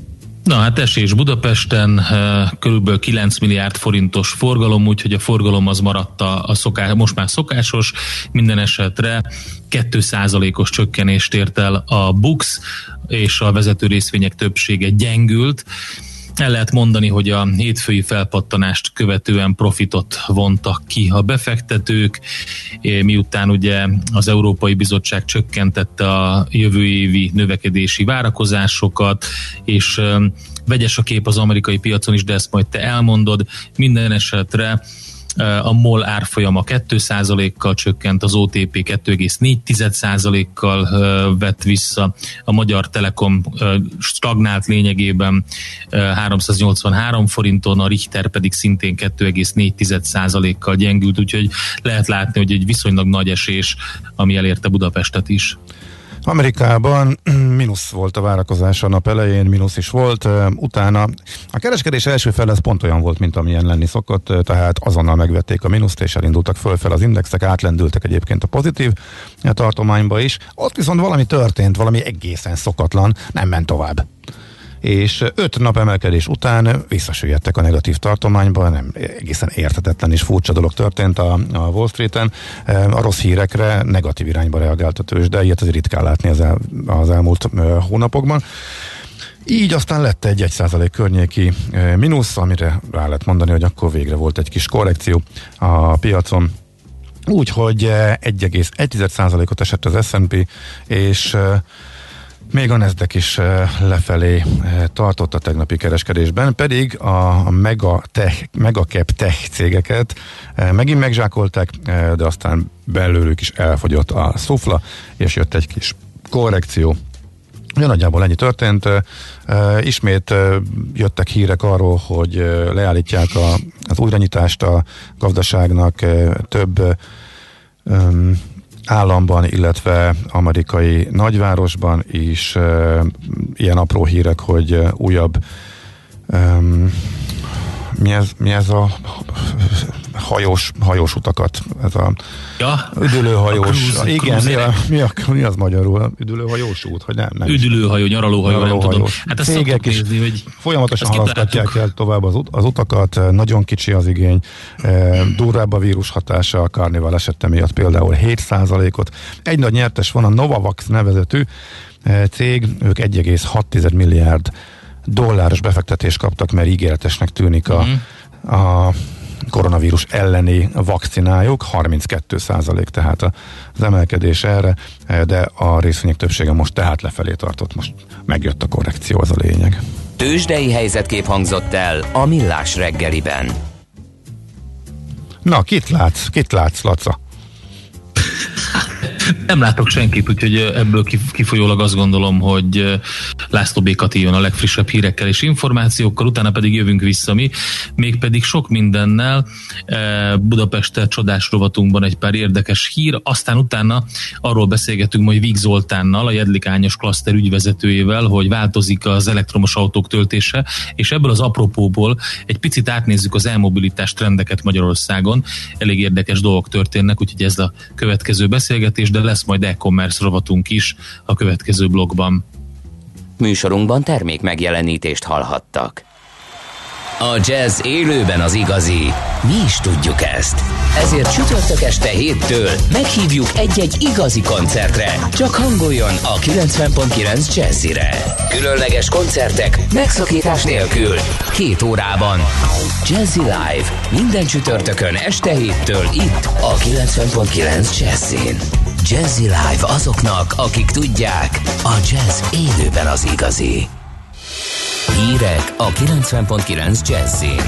Na hát esés Budapesten, körülbelül kilenc milliárd forintos forgalom, úgyhogy a forgalom az maradt a, a szokás, most már szokásos, minden esetre két százalékos csökkenést ért el a BUX, és a vezető részvények többsége gyengült. El lehet mondani, hogy a hétfői felpattanást követően profitot vontak ki a befektetők, miután ugye az Európai Bizottság csökkentette a jövő évi növekedési várakozásokat, és vegyes a kép az amerikai piacon is, de ezt majd te elmondod. Minden esetre a MOL árfolyama két százalékkal csökkent, az o té pé kettő egész négy százalékkal vett vissza, a Magyar Telekom stagnált lényegében háromszáznyolcvanhárom forinton, a Richter pedig szintén kettő egész négy százalékkal gyengült, úgyhogy lehet látni, hogy egy viszonylag nagy esés, ami elérte Budapestet is. Amerikában mínusz volt a várakozás a nap elején, mínusz is volt, utána a kereskedés első fele ez pont olyan volt, mint amilyen lenni szokott, tehát azonnal megvették a mínuszt és elindultak fölfel az indexek, átlendültek egyébként a pozitív tartományba is, ott viszont valami történt, valami egészen szokatlan, nem ment tovább. és öt nap emelkedés után visszasüllyedtek a negatív tartományba, nem egészen érthetetlen és furcsa dolog történt a, a Wall Streeten. A rossz hírekre negatív irányba reagált a tőzsde, ilyet azért ritkán látni az, el, az elmúlt hónapokban. Így aztán lett egy egy százalék környéki mínusz, amire rá lehet mondani, hogy akkor végre volt egy kis korrekció a piacon. Úgyhogy egy egész egy százalékot esett az es and pé, és még a Nasdaq is lefelé tartott a tegnapi kereskedésben, pedig a mega, tech, mega cap tech cégeket megint megzsákolták, de aztán belőlük is elfogyott a szufla, és jött egy kis korrekció. Ja, nagyjából ennyi történt. Ismét jöttek hírek arról, hogy leállítják a, az újranyitást a gazdaságnak több um, államban, illetve amerikai nagyvárosban is. Uh, ilyen apró hírek, hogy uh, újabb um, mi ez, mi ez a hajós, hajós utakat, ez a ja, üdülőhajós, a cruise, igen, mi, a, mi, a, mi az magyarul? Üdülőhajós út, hogy nem? nem Üdülőhajó, nyaralóhajó, nem tudom. Hát ezt cégek is nézni, hogy folyamatosan halasztatják el tovább az, ut- az utakat, nagyon kicsi az igény, e, durvább a vírus hatása, a Carnival esette miatt például hét százalékot. Egy nagy nyertes van, a Novavax nevezetű e, cég, ők egy egész hat milliárd dolláros befektetést kaptak, mert ígéretesnek tűnik a, mm. a koronavírus elleni vakcinájuk, harminckét százalék tehát az emelkedés erre, de a részvények többsége most tehát lefelé tartott, most megjött a korrekció, az a lényeg. Tőzsdei helyzetkép hangzott el a Millás reggeliben. Na, kit látsz? Kit látsz, Laca? Nem látok senkit, úgyhogy ebből kifolyólag azt gondolom, hogy László B. Kati jön a legfrissebb hírekkel és információkkal, utána pedig jövünk vissza mi, mégpedig sok mindennel. Budapest csodás rovatunkban egy pár érdekes hír, aztán utána arról beszélgetünk majd Víg Zoltánnal, a Jedlikányos klaszter ügyvezetőjével, hogy változik az elektromos autók töltése, és ebből az apropóból egy picit átnézzük az elmobilitás trendeket Magyarországon. Elég érdekes dolgok történnek, úgyhogy ez a következő beszélgetés, de lesz majd e-commerce rovatunk is a következő blogban. Műsorunkban termék megjelenítést hallhattak. A jazz élőben az igazi. Mi is tudjuk ezt. Ezért csütörtök este héttől meghívjuk egy-egy igazi koncertre. Csak hangoljon a kilencven pont kilenc Jazzire. Különleges koncertek megszakítás nélkül. Két órában. Jazzy Live. Minden csütörtökön este héttől itt a kilencven pont kilenc Jazzin. Jazzy Live azoknak, akik tudják, a jazz élőben az igazi. Hírek a kilencven pont kilenc Jazzin.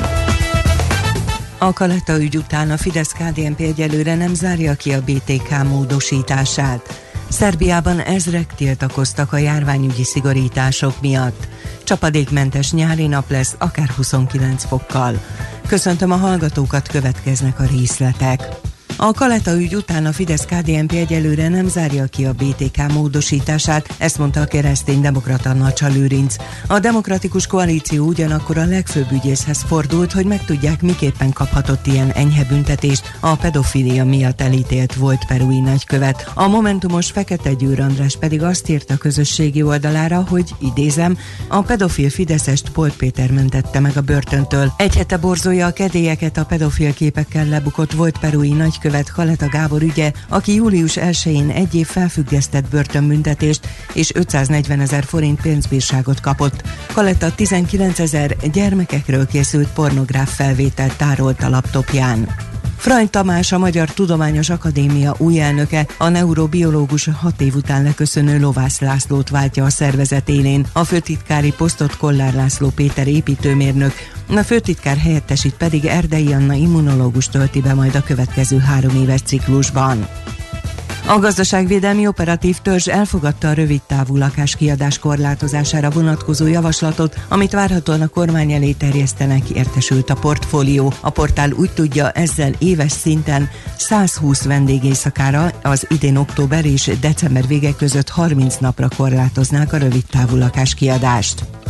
A Kaleta ügy után a Fidesz-ká dé en pé egyelőre nem zárja ki a bé té ká módosítását. Szerbiában ezrek tiltakoztak a járványügyi szigorítások miatt. Csapadékmentes nyári nap lesz, akár huszonkilenc fokkal. Köszöntöm a hallgatókat, következnek a részletek. A Kaleta ügy után a Fidesz-ká dé en pé egyelőre nem zárja ki a bé té ká módosítását, ezt mondta a kereszténydemokrata Nacsa Lőrinc. A Demokratikus Koalíció ugyanakkor a legfőbb ügyészhez fordult, hogy megtudják, miképpen kaphatott ilyen enyhe büntetést a pedofilia miatt elítélt volt perui nagykövet. A momentumos Fekete Győr András pedig azt írta a közösségi oldalára, hogy idézem, a pedofil fideszest Polt Péter mentette meg a börtöntől. Egy hete borzolja a kedélyeket a pedofil képekkel lebukott volt perui nagykövet Kaleta Gábor ügye, aki július elsején egy év felfüggesztett börtönbüntetést és ötszáznegyvenezer forint pénzbírságot kapott. Kaleta tizenkilencezer gyermekekről készült pornográf felvételt tárolt a laptopján. Frany Tamás, a Magyar Tudományos Akadémia új elnöke, a neurobiológus hat év után leköszönő Lovász Lászlót váltja a szervezet élén. A főtitkári posztot Kollár László Péter építőmérnök, a főtitkár helyettesít pedig Erdei Anna immunológus tölti be majd a következő három éves ciklusban. A gazdaságvédelmi operatív törzs elfogadta a rövidtávú lakáskiadás korlátozására vonatkozó javaslatot, amit várhatóan a kormány elé terjesztenek, értesült a portfólió. A portál úgy tudja, ezzel éves szinten százhúsz vendégészakára az idén október és december vége között harminc napra korlátoznák a rövidtávú lakáskiadást.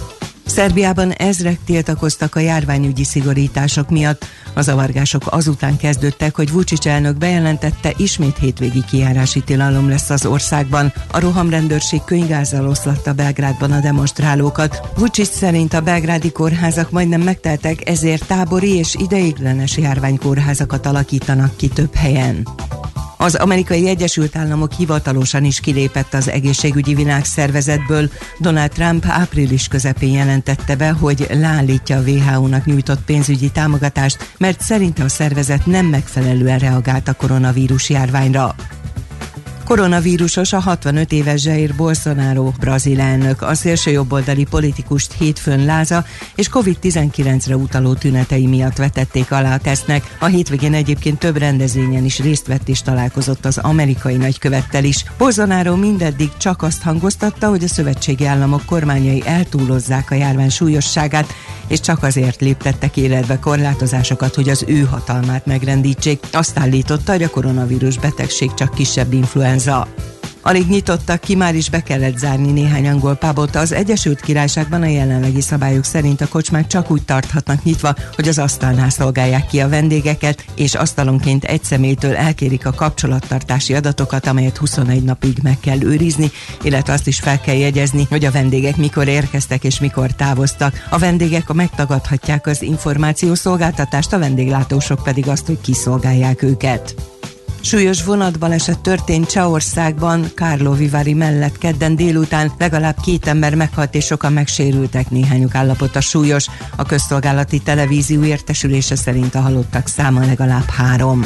Szerbiában ezrek tiltakoztak a járványügyi szigorítások miatt. A zavargások azután kezdődtek, hogy Vučić elnök bejelentette, ismét hétvégi kijárási tilalom lesz az országban. A rohamrendőrség könyvgázzal oszlatta Belgrádban a demonstrálókat. Vučić szerint a belgrádi kórházak majdnem megteltek, ezért tábori és ideiglenes járványkórházakat alakítanak ki több helyen. Az Amerikai Egyesült Államok hivatalosan is kilépett az egészségügyi világszervezetből. Donald Trump április közepén jelentette be, hogy leállítja a vé há ó-nak nyújtott pénzügyi támogatást, mert szerinte a szervezet nem megfelelően reagált a koronavírus járványra. Koronavírusos a hatvanöt éves Jair Bolsonaro, brazil elnök. A szélsőjobboldali politikust hétfőn láza és kovid tizenkilencre utaló tünetei miatt vetették alá a tesztnek. A hétvégén egyébként több rendezvényen is részt vett és találkozott az amerikai nagykövettel is. Bolsonaro mindeddig csak azt hangoztatta, hogy a szövetségi államok kormányai eltúlozzák a járvány súlyosságát, és csak azért léptettek életbe korlátozásokat, hogy az ő hatalmát megrendítsék. Azt állította, hogy a koronavírus betegség csak kisebb influenza. Alig nyitottak ki, már is be kellett zárni néhány angol pubot. Az Egyesült Királyságban a jelenlegi szabályok szerint a kocsmák csak úgy tarthatnak nyitva, hogy az asztalnál szolgálják ki a vendégeket, és asztalonként egy személytől elkérik a kapcsolattartási adatokat, amelyet huszonegy napig meg kell őrizni, illetve azt is fel kell jegyezni, hogy a vendégek mikor érkeztek és mikor távoztak. A vendégek megtagadhatják az információszolgáltatást, a vendéglátósok pedig azt, hogy kiszolgálják őket. Súlyos vonatbaleset történt Csehországban, Karlovy Vary mellett kedden délután. Legalább két ember meghalt és sokan megsérültek, néhányuk állapota súlyos. A közszolgálati televízió értesülése szerint a halottak száma legalább három.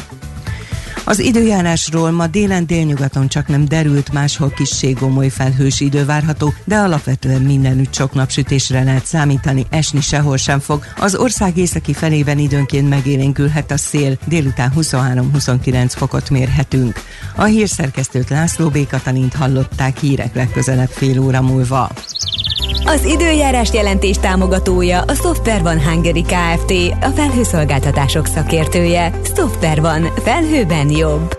Az időjárásról: ma délen délnyugaton csak nem derült, máshol kissé gomoly felhős idő várható, de alapvetően mindenütt sok napsütésre lehet számítani, esni sehol sem fog. Az ország északi felében időnként megélénkülhet a szél, délután huszonhárom-huszonkilenc fokot mérhetünk. A hírszerkesztőt, László B. Katalint hallották, hírek legközelebb fél óra múlva. Az időjárás jelentés támogatója a Software One Hungary Kft., a felhőszolgáltatások szakértője. Software One. Felhőben jobb.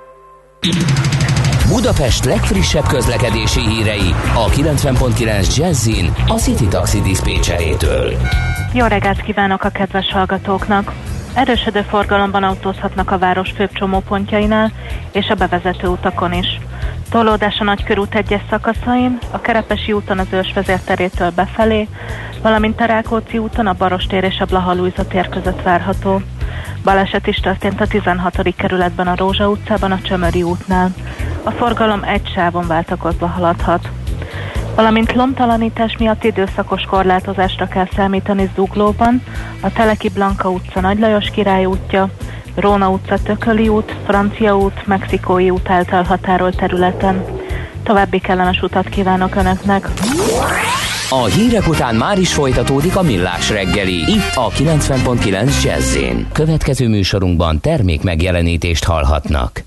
Budapest legfrissebb közlekedési hírei a kilencven pont kilenc Jazzin a City Taxi diszpécserétől. Jó reggelt kívánok a kedves hallgatóknak! Erősödő forgalomban autózhatnak a város főbb csomópontjainál és a bevezető utakon is. Tolódás a Nagykörút egyes szakaszain, a Kerepesi úton az Őrs vezérterétől befelé, valamint a Rákóczi úton a Barostér és a Blaha Lujza tér között várható. Baleset is történt a tizenhatodik kerületben a Rózsa utcában a Csömöri útnál. A forgalom egy sávon váltakozva haladhat. Valamint lomtalanítás miatt időszakos korlátozásra kell számítani Zuglóban, a Teleki Blanka utca Nagy Lajos Király útja, Róna utca Tököli út, Francia út, Mexikói út által határolt területen. További kellemes utat kívánok Önöknek! A hírek után már is folytatódik a Millás reggeli, itt a kilencven pont kilenc Jazz-én. Következő műsorunkban termék megjelenítést hallhatnak.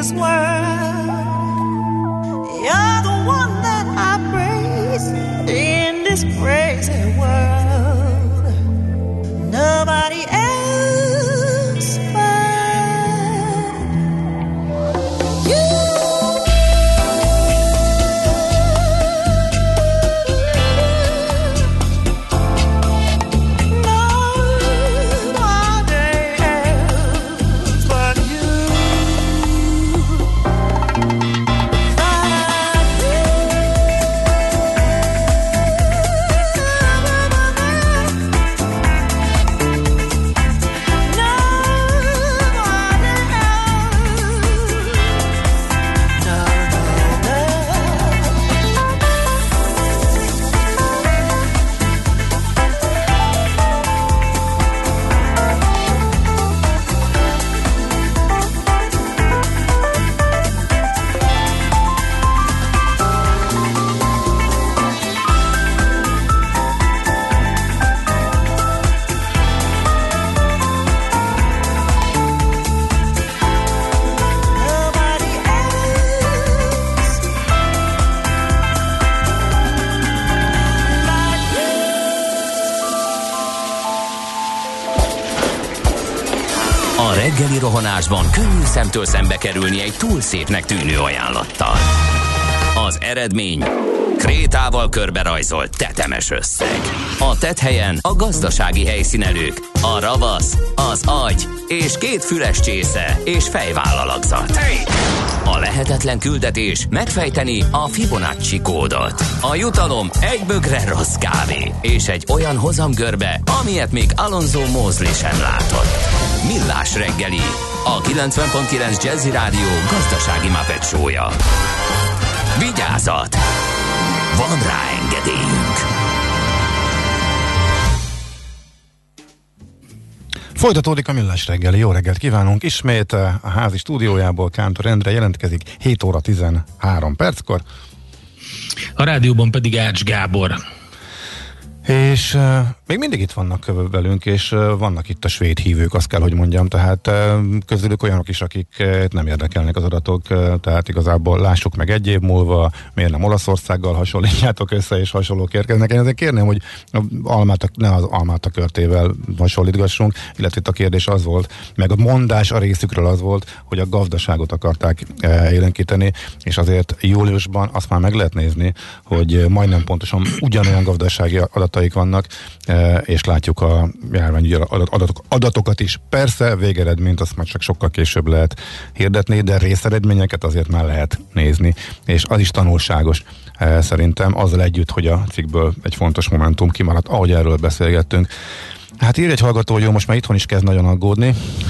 this world. You're the one that I praise in this crazy world. Nobody else but you. Reggeli rohanásban könnyű szemtől szembe kerülni egy túl szépnek tűnő ajánlattal. Az eredmény krétával körberajzolt tetemes összeg. A tetthelyen a gazdasági helyszínelők, a ravasz, az agy és két füles csésze és fejvállalakzat. A lehetetlen küldetés megfejteni a Fibonacci kódot. A jutalom egy bögre rossz kávé és egy olyan hozamgörbe, amilyet még Alonso Mosley sem látott. Millás reggeli, a kilencven pont kilenc Jazzy Rádió gazdasági Muppet show-ja. Vigyázat! Van rá engedélyünk! Folytatódik a Millás reggeli. Jó reggelt kívánunk! Ismét a házi stúdiójából Kántor Endre jelentkezik hét óra tizenhárom perckor. A rádióban pedig Ács Gábor. És uh, még mindig itt vannak velünk, és uh, vannak itt a svéd hívők, azt kell, hogy mondjam, tehát uh, közülük olyanok is, akik uh, nem érdekelnek az adatok, uh, tehát igazából lássuk meg egy év múlva, miért nem Olaszországgal hasonlítjátok össze, és hasonlók érkeznek. Én azért kérném, hogy almát, ne az almát a körtével hasonlítgassunk, illetve itt a kérdés az volt, meg a mondás a részükről az volt, hogy a gazdaságot akarták uh, élénkíteni, és azért júliusban azt már meg lehet nézni, hogy uh, majdnem pontosan ugyanolyan gazdasági adatok vannak, és látjuk a járványügyi adatok, adatokat is. Persze végeredményt azt már csak sokkal később lehet hirdetni, de részeredményeket azért már lehet nézni, és az is tanulságos szerintem, azzal együtt, hogy a cikkből egy fontos momentum kimaradt, ahogy erről beszélgettünk. Hát ír egy hallgató, hogy jó, most már itthon is kezd nagyon aggódni.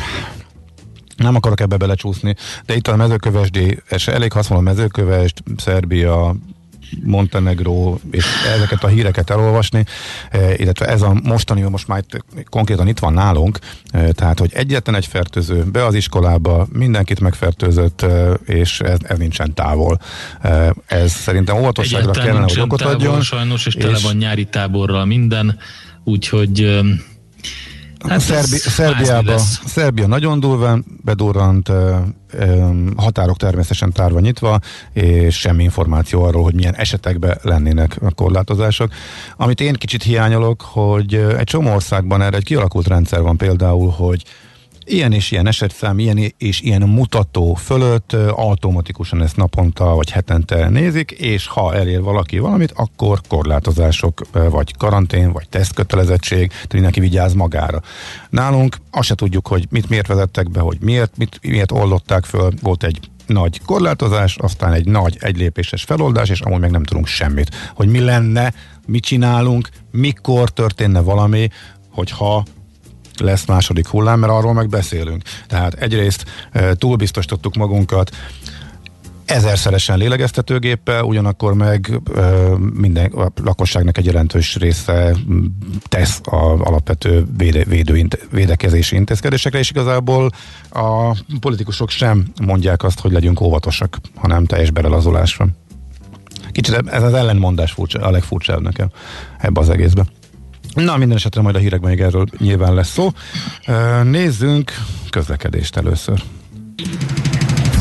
Nem akarok ebbe belecsúszni, de itt a mezőkövesdi, és elég használ a mezőkövesd, Szerbia, Montenegró, és ezeket a híreket elolvasni, illetve ez a mostani, most már itt, konkrétan itt van nálunk, tehát, hogy egyetlen egy fertőző be az iskolába, mindenkit megfertőzött, és ez, ez nincsen távol. Ez szerintem óvatosságra kellene, hogy okot adjon. Sajnos, és, és tele van nyári táborral minden, úgyhogy hát Szerbi, Szerbiába, Szerbia nagyon durván bedurrant, határok természetesen tárva nyitva, és semmi információ arról, hogy milyen esetekben lennének a korlátozások. Amit én kicsit hiányolok, hogy egy csomó országban erre egy kialakult rendszer van például, hogy ilyen és ilyen esetszám, ilyen és ilyen mutató fölött automatikusan ezt naponta vagy hetente nézik, és ha elér valaki valamit, akkor korlátozások, vagy karantén, vagy tesztkötelezettség, tehát mindenki vigyáz magára. Nálunk azt se tudjuk, hogy mit miért vezettek be, hogy miért, mit, miért oldották föl, volt egy nagy korlátozás, aztán egy nagy egylépéses feloldás, és amúgy meg nem tudunk semmit. Hogy mi lenne, mit csinálunk, mikor történne valami, hogyha lesz második hullám, mert arról meg beszélünk. Tehát egyrészt e, túlbiztosítottuk magunkat ezerszeresen lélegeztetőgéppel, ugyanakkor meg e, minden a lakosságnak egy jelentős része tesz az alapvető véde, védő, védekezési intézkedésekre, és igazából a politikusok sem mondják azt, hogy legyünk óvatosak, hanem teljes belelazulás van. Kicsit ez az ellenmondás furcsa, a legfurcsább nekem ebbe az egészbe. Na, minden esetre majd a hírekben még erről nyilván lesz szó. Nézzünk közlekedést először.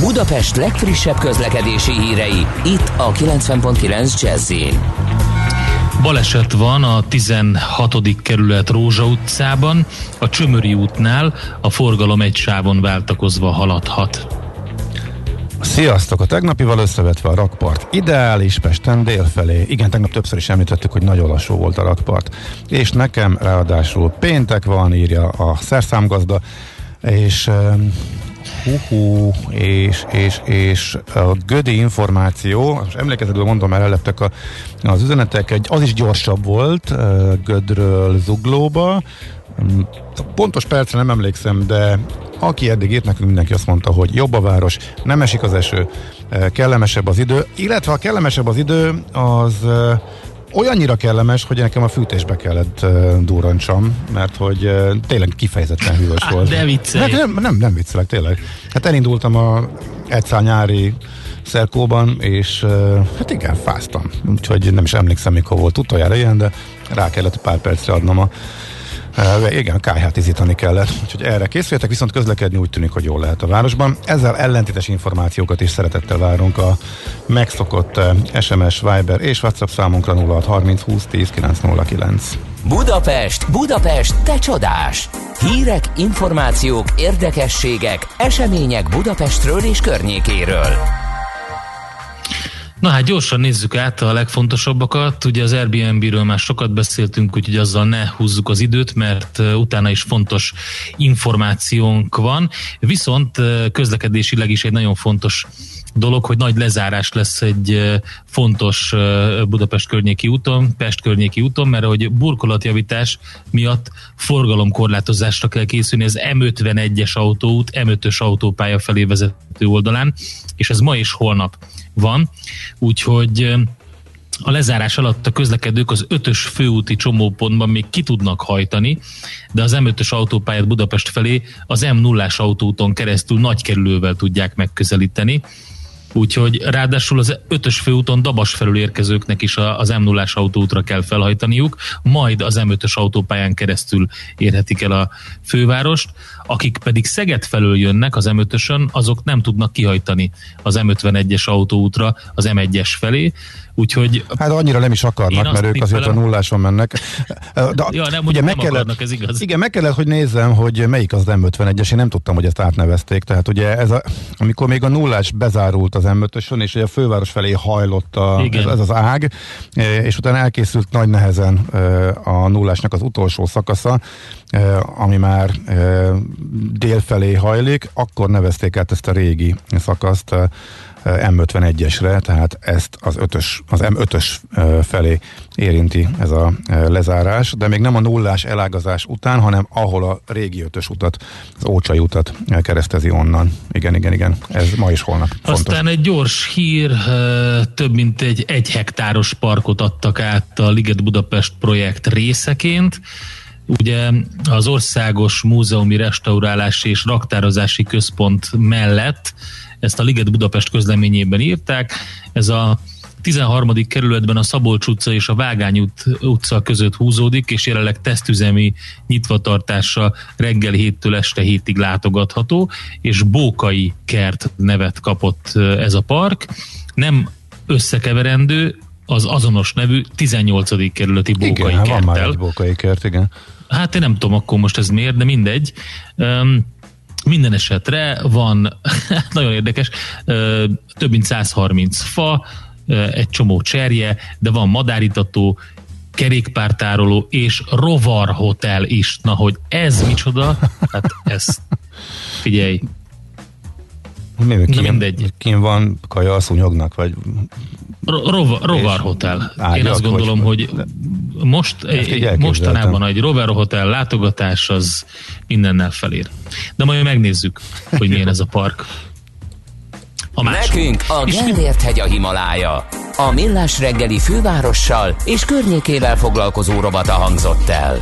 Budapest legfrissebb közlekedési hírei, itt a kilencven pont kilenc Jazz-in. Baleset van a tizenhatodik kerület Rózsa utcában, a Csömöri útnál a forgalom egy sávon váltakozva haladhat. Sziasztok! A tegnapival összevetve a rakpart ideális, Pesten délfelé. Igen, tegnap többször is említettük, hogy nagyon lassú volt a rakpart. És nekem ráadásul péntek van, írja a szerszámgazda, és hú, hú, és, és, és a Gödi információ, most emlékezetből mondom, mert elleptek a, az üzenetek, egy, az is gyorsabb volt Gödről Zuglóba. Pontos percre nem emlékszem, de aki eddig írt nekünk, mindenki azt mondta, hogy jobb a város, nem esik az eső, kellemesebb az idő, illetve ha kellemesebb az idő, az olyannyira kellemes, hogy nekem a fűtésbe kellett uh, durrancsam, mert hogy uh, tényleg kifejezetten hűvös volt. De viccelj! Hát, nem, nem, nem viccelek, tényleg. Hát elindultam a egyszál nyári szerkóban, és uh, hát igen, fáztam. Úgyhogy nem is emlékszem, mikor volt utoljára ilyen, de rá kellett pár percre adnom a Uh, igen, a kályhát izítani kellett, úgyhogy erre készüljetek, viszont közlekedni úgy tűnik, hogy jól lehet a városban. Ezzel ellentétes információkat is szeretettel várunk a megszokott uh, es em es, Viber és WhatsApp számunkra nulla hat harminc húsz tíz kilenc nulla kilenc. Budapest, Budapest, te csodás! Hírek, információk, érdekességek, események Budapestről és környékéről. Na hát gyorsan nézzük át a legfontosabbakat. Ugye az Airbnb-ről már sokat beszéltünk, úgyhogy azzal ne húzzuk az időt, mert utána is fontos információnk van. Viszont közlekedésileg is egy nagyon fontos dolog, hogy nagy lezárás lesz egy fontos Budapest környéki úton, Pest környéki úton, mert hogy burkolatjavítás miatt forgalomkorlátozásra kell készülni az em ötvenegyes autóút, em ötös autópálya felé vezető oldalán, és ez ma és holnap van, úgyhogy a lezárás alatt a közlekedők az ötös főúti csomópontban még ki tudnak hajtani, de az em ötös autópályát Budapest felé az em nullás autóúton keresztül nagykerülővel tudják megközelíteni, úgyhogy ráadásul az ötös főúton Dabas felül érkezőknek is az em nullás autóútra kell felhajtaniuk, majd az em ötös autópályán keresztül érhetik el a fővárost, akik pedig Szeged felől jönnek az em ötösön, azok nem tudnak kihajtani az em ötvenegyes autóútra az em egyes felé, úgyhogy... Hát annyira nem is akarnak, mert ők azért a nulláson mennek. De, ja, nem, ugye meg nem kellett, akarnak, ez igaz. Igen, meg kellett, hogy nézzem, hogy melyik az em ötvenegyes, én nem tudtam, hogy ezt átnevezték, tehát ugye ez a, amikor még a nullás bezárult az em ötösön, és ugye a főváros felé hajlott a, ez, ez az ág, és utána elkészült nagy nehezen a nullásnak az utolsó szakasza, ami már dél felé hajlik, akkor nevezték át ezt a régi szakaszt em ötvenegyesre, tehát ezt az, ötös, az em ötös felé érinti ez a lezárás, de még nem a nullás elágazás után, hanem ahol a régi ötös utat, az Ócsai utat keresztezi onnan. Igen, igen, igen. Ez ma is holnap fontos. Aztán egy gyors hír, több mint egy egy hektáros parkot adtak át a Liget Budapest projekt részeként. Ugye az Országos Múzeumi Restaurálási és Raktározási Központ mellett ezt a Liget Budapest közleményében írták. Ez a tizenharmadik kerületben a Szabolcs utca és a Vágány ut- utca között húzódik, és jelenleg tesztüzemi nyitvatartása reggel héttől este hétig látogatható, és Bókai kert nevet kapott ez a park. Nem összekeverendő az azonos nevű tizennyolcadik kerületi Bókai igen, kerttel. Igen, van már egy Bókai kert, igen. Hát én nem tudom akkor most ez miért, de mindegy. Um, Minden esetre van, nagyon érdekes, több mint száz harminc fa, egy csomó cserje, de van madáritató, kerékpártároló és rovarhotel is. Na, hogy ez micsoda? Hát ez, figyelj. Mi, na mindegy. Kim van kaja a szúnyognak, vagy... Rovar, rovarhotel. Én azt gondolom, hogy, hogy most, mostanában egy rovarhotel látogatás az mindennel felér. De majd megnézzük, hogy milyen ez a park. A nekünk a Gellért-hegy a Himalája. A Millás reggeli fővárossal és környékével foglalkozó rovata hangzott el.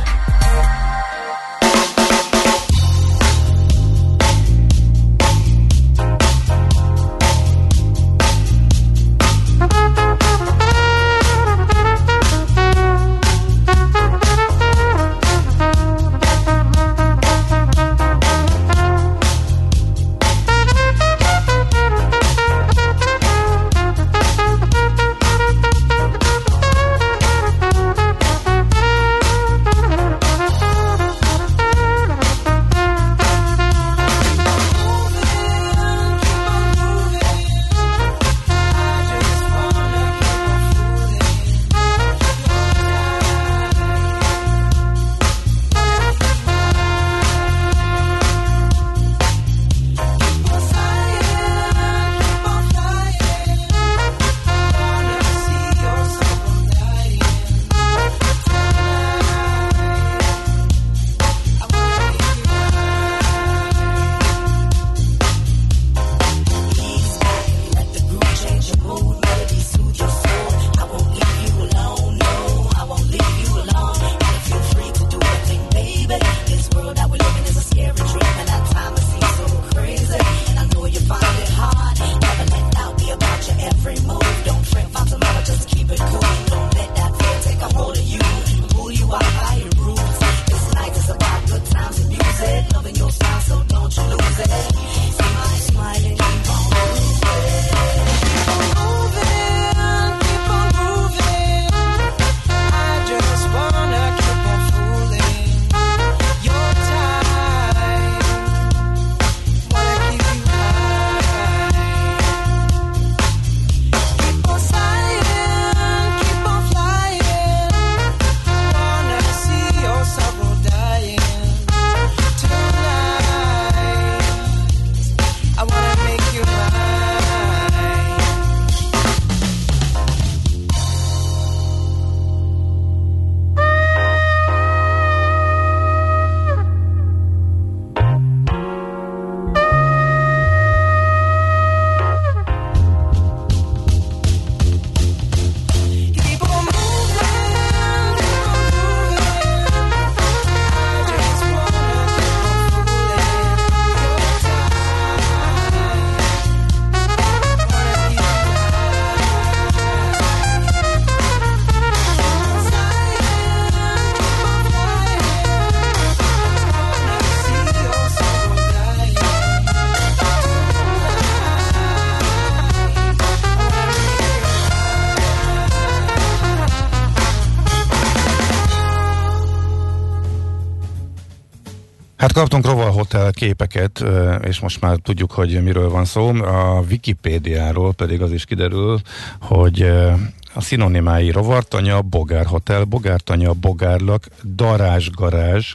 kaptunk Roval Hotel képeket, és most már tudjuk, hogy miről van szó. A Wikipédiáról pedig az is kiderül, hogy a szinonimái Rovartanya, Bogár Hotel, Bogártanya, Bogárlak, Darázs Garázs,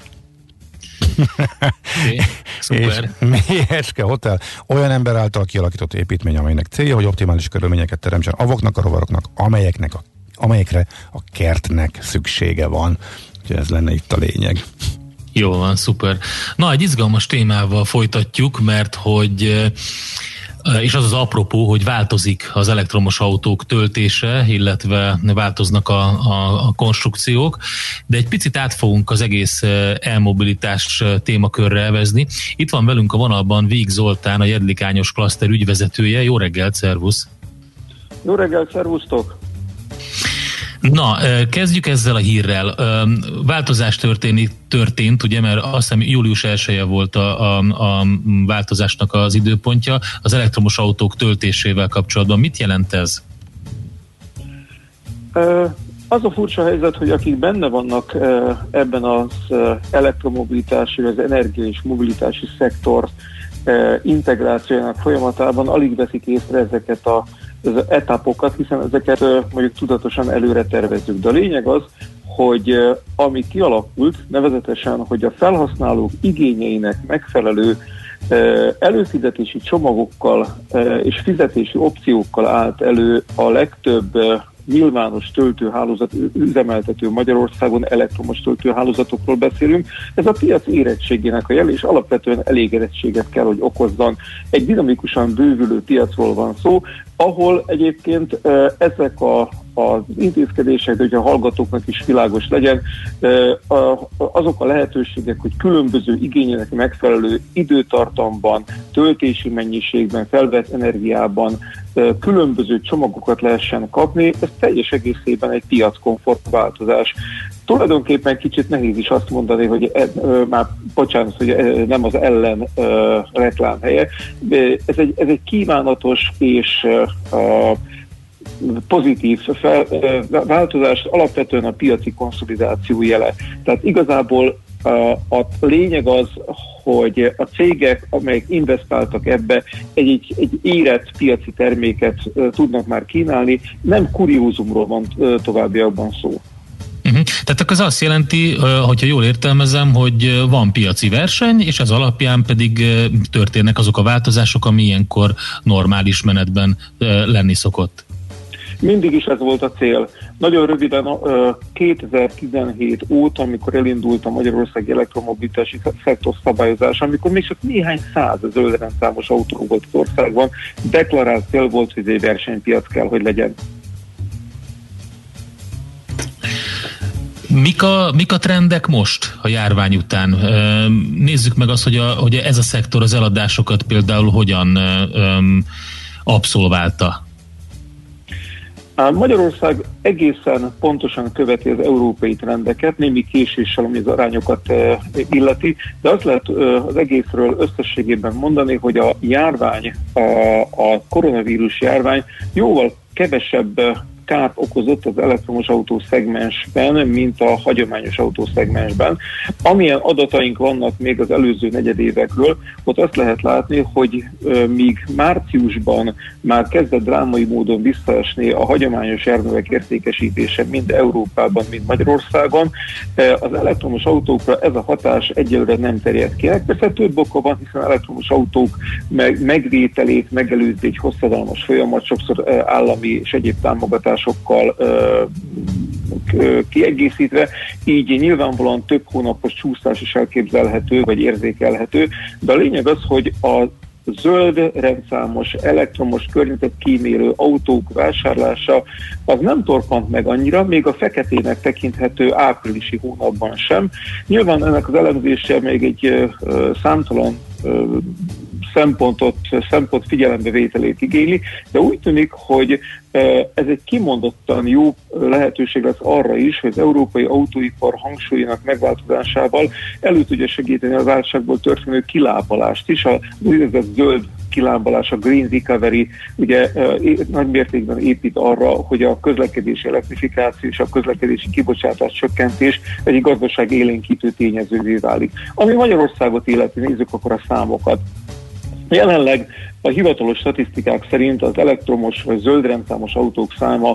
okay, szuper. És Méhecske Hotel olyan ember által kialakított építmény, amelynek célja, hogy optimális körülményeket teremtsen avoknak, a rovaroknak, amelyeknek a, amelyekre a kertnek szüksége van. Úgyhogy ez lenne itt a lényeg. Jó van, szuper. Na, egy izgalmas témával folytatjuk, mert hogy és az az apropó, hogy változik az elektromos autók töltése, illetve változnak a, a, a konstrukciók, de egy picit át fogunk az egész elmobilitás témakörre evezni. Itt van velünk a vonalban Víg Zoltán, a Jedlikányos klaszter ügyvezetője. Jó reggelt, szervusz! Jó reggelt, szervusztok! Na, kezdjük ezzel a hírrel. Változás történt, történt, ugye, mert azt hiszem július elseje volt a, a, a változásnak az időpontja az elektromos autók töltésével kapcsolatban. Mit jelent ez? Az a furcsa helyzet, hogy akik benne vannak ebben az elektromobilitási, az energia és mobilitási szektor integrációjának folyamatában, alig veszik észre ezeket a az etapokat, hiszen ezeket mondjuk tudatosan előre tervezzük. De a lényeg az, hogy ami kialakult, nevezetesen, hogy a felhasználók igényeinek megfelelő előfizetési csomagokkal és fizetési opciókkal állt elő a legtöbb nyilvános töltőhálózat üzemeltető Magyarországon, elektromos töltőhálózatokról beszélünk. Ez a piac érettségének a jel, és alapvetően elégedettséget kell, hogy okozzon. Egy dinamikusan bővülő piacról van szó, ahol egyébként ezek a az intézkedések, de hogy a hallgatóknak is világos legyen, azok a lehetőségek, hogy különböző igényének megfelelő időtartamban, töltési mennyiségben, felvett energiában különböző csomagokat lehessen kapni, ez teljes egészében egy piackomfort változás. Tulajdonképpen kicsit nehéz is azt mondani, hogy e, már bocsánat, hogy nem az ellen e, reklám helye. Ez egy, ez egy kívánatos és e, pozitív fel, változás, alapvetően a piaci konszolidáció jele. Tehát igazából a, a lényeg az, hogy a cégek, amelyek investáltak ebbe, egy, egy, egy érett piaci terméket tudnak már kínálni, nem kuriózumról van továbbiakban szó. Uh-huh. Tehát akkor az azt jelenti, hogyha jól értelmezem, hogy van piaci verseny, és ez alapján pedig történnek azok a változások, ami ilyenkor normális menetben lenni szokott. Mindig is ez volt a cél. Nagyon röviden kétezer-tizenhét óta, amikor elindult a Magyarországi elektromobilitási szektor szabályozás, amikor még csak néhány száz zöldrendszámos autó volt az országban, deklarált cél volt, hogy egy versenypiac kell, hogy legyen. Mik a, mik a trendek most a járvány után? Nézzük meg azt, hogy, a, hogy ez a szektor az eladásokat például hogyan um, abszolválta. Magyarország egészen pontosan követi az európai trendeket, némi késéssel, ami az arányokat illeti, de azt lehet az egészről összességében mondani, hogy a járvány, a, a koronavírus járvány jóval kevesebb kárt okozott az elektromos autó szegmensben, mint a hagyományos autószegmensben. Amilyen adataink vannak még az előző negyedévekről, ott azt lehet látni, hogy euh, míg márciusban már kezdett drámai módon visszaesni a hagyományos járművek értékesítése mind Európában, mind Magyarországon, euh, az elektromos autókra ez a hatás egyelőre nem terjed ki. Persze több oka van, hiszen elektromos autók meg, megvételét megelőzi egy hosszadalmas folyamat, sokszor euh, állami és egyéb támogatás sokkal ö, ö, kiegészítve, így nyilvánvalóan több hónapos csúszás is elképzelhető, vagy érzékelhető, de a lényeg az, hogy a zöld, rendszámos, elektromos, környezetkímélő autók vásárlása az nem torpant meg annyira, még a feketének tekinthető áprilisi hónapban sem. Nyilván ennek az elemzése még egy ö, számtalan ö, szempontot, szempont figyelembevételét igényli, de úgy tűnik, hogy ez egy kimondottan jó lehetőség lesz arra is, hogy az európai autóipar hangsúlyának megváltozásával elő tudja segíteni a válságból történő kilábalást is, a úgynevezett zöld kilábalás, a Green Recovery ugye nagy mértékben épít arra, hogy a közlekedési elektrifikáció és a közlekedési kibocsátás csökkentés egy gazdaság élénkítő tényezővé válik. Ami Magyarországot illeti, nézzük akkor a számokat. Jelenleg a hivatalos statisztikák szerint az elektromos vagy zöld rendszámos autók száma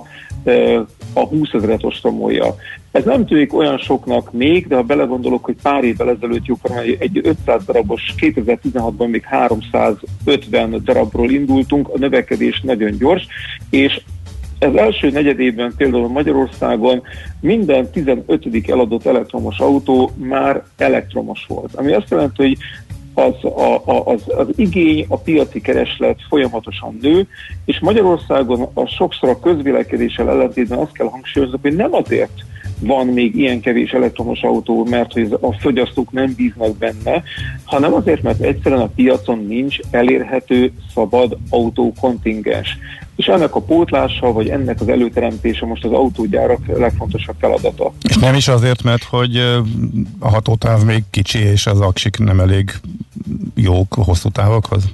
a húszezret ostromolja. Ez nem tűnik olyan soknak még, de ha belegondolok, hogy pár évvel ezelőtt jóformán egy ötszáz darabos, kétezer-tizenhatban még háromszázötven darabról indultunk, a növekedés nagyon gyors, és ez első negyedében például Magyarországon minden tizenötödik eladott elektromos autó már elektromos volt. Ami azt jelenti, hogy Az, a, a, az, az igény, a piaci kereslet folyamatosan nő, és Magyarországon a sokszor a közvélekedéssel ellentétben azt kell hangsúlyozni, hogy nem azért van még ilyen kevés elektromos autó, mert hogy a fogyasztók nem bíznak benne, hanem azért, mert egyszerűen a piacon nincs elérhető szabad autókontingens. És ennek a pótlása, vagy ennek az előteremtése most az autógyárak legfontosabb feladata. És nem is azért, mert hogy a hatótáv még kicsi, és az aksik nem elég jók hosszú távokhoz?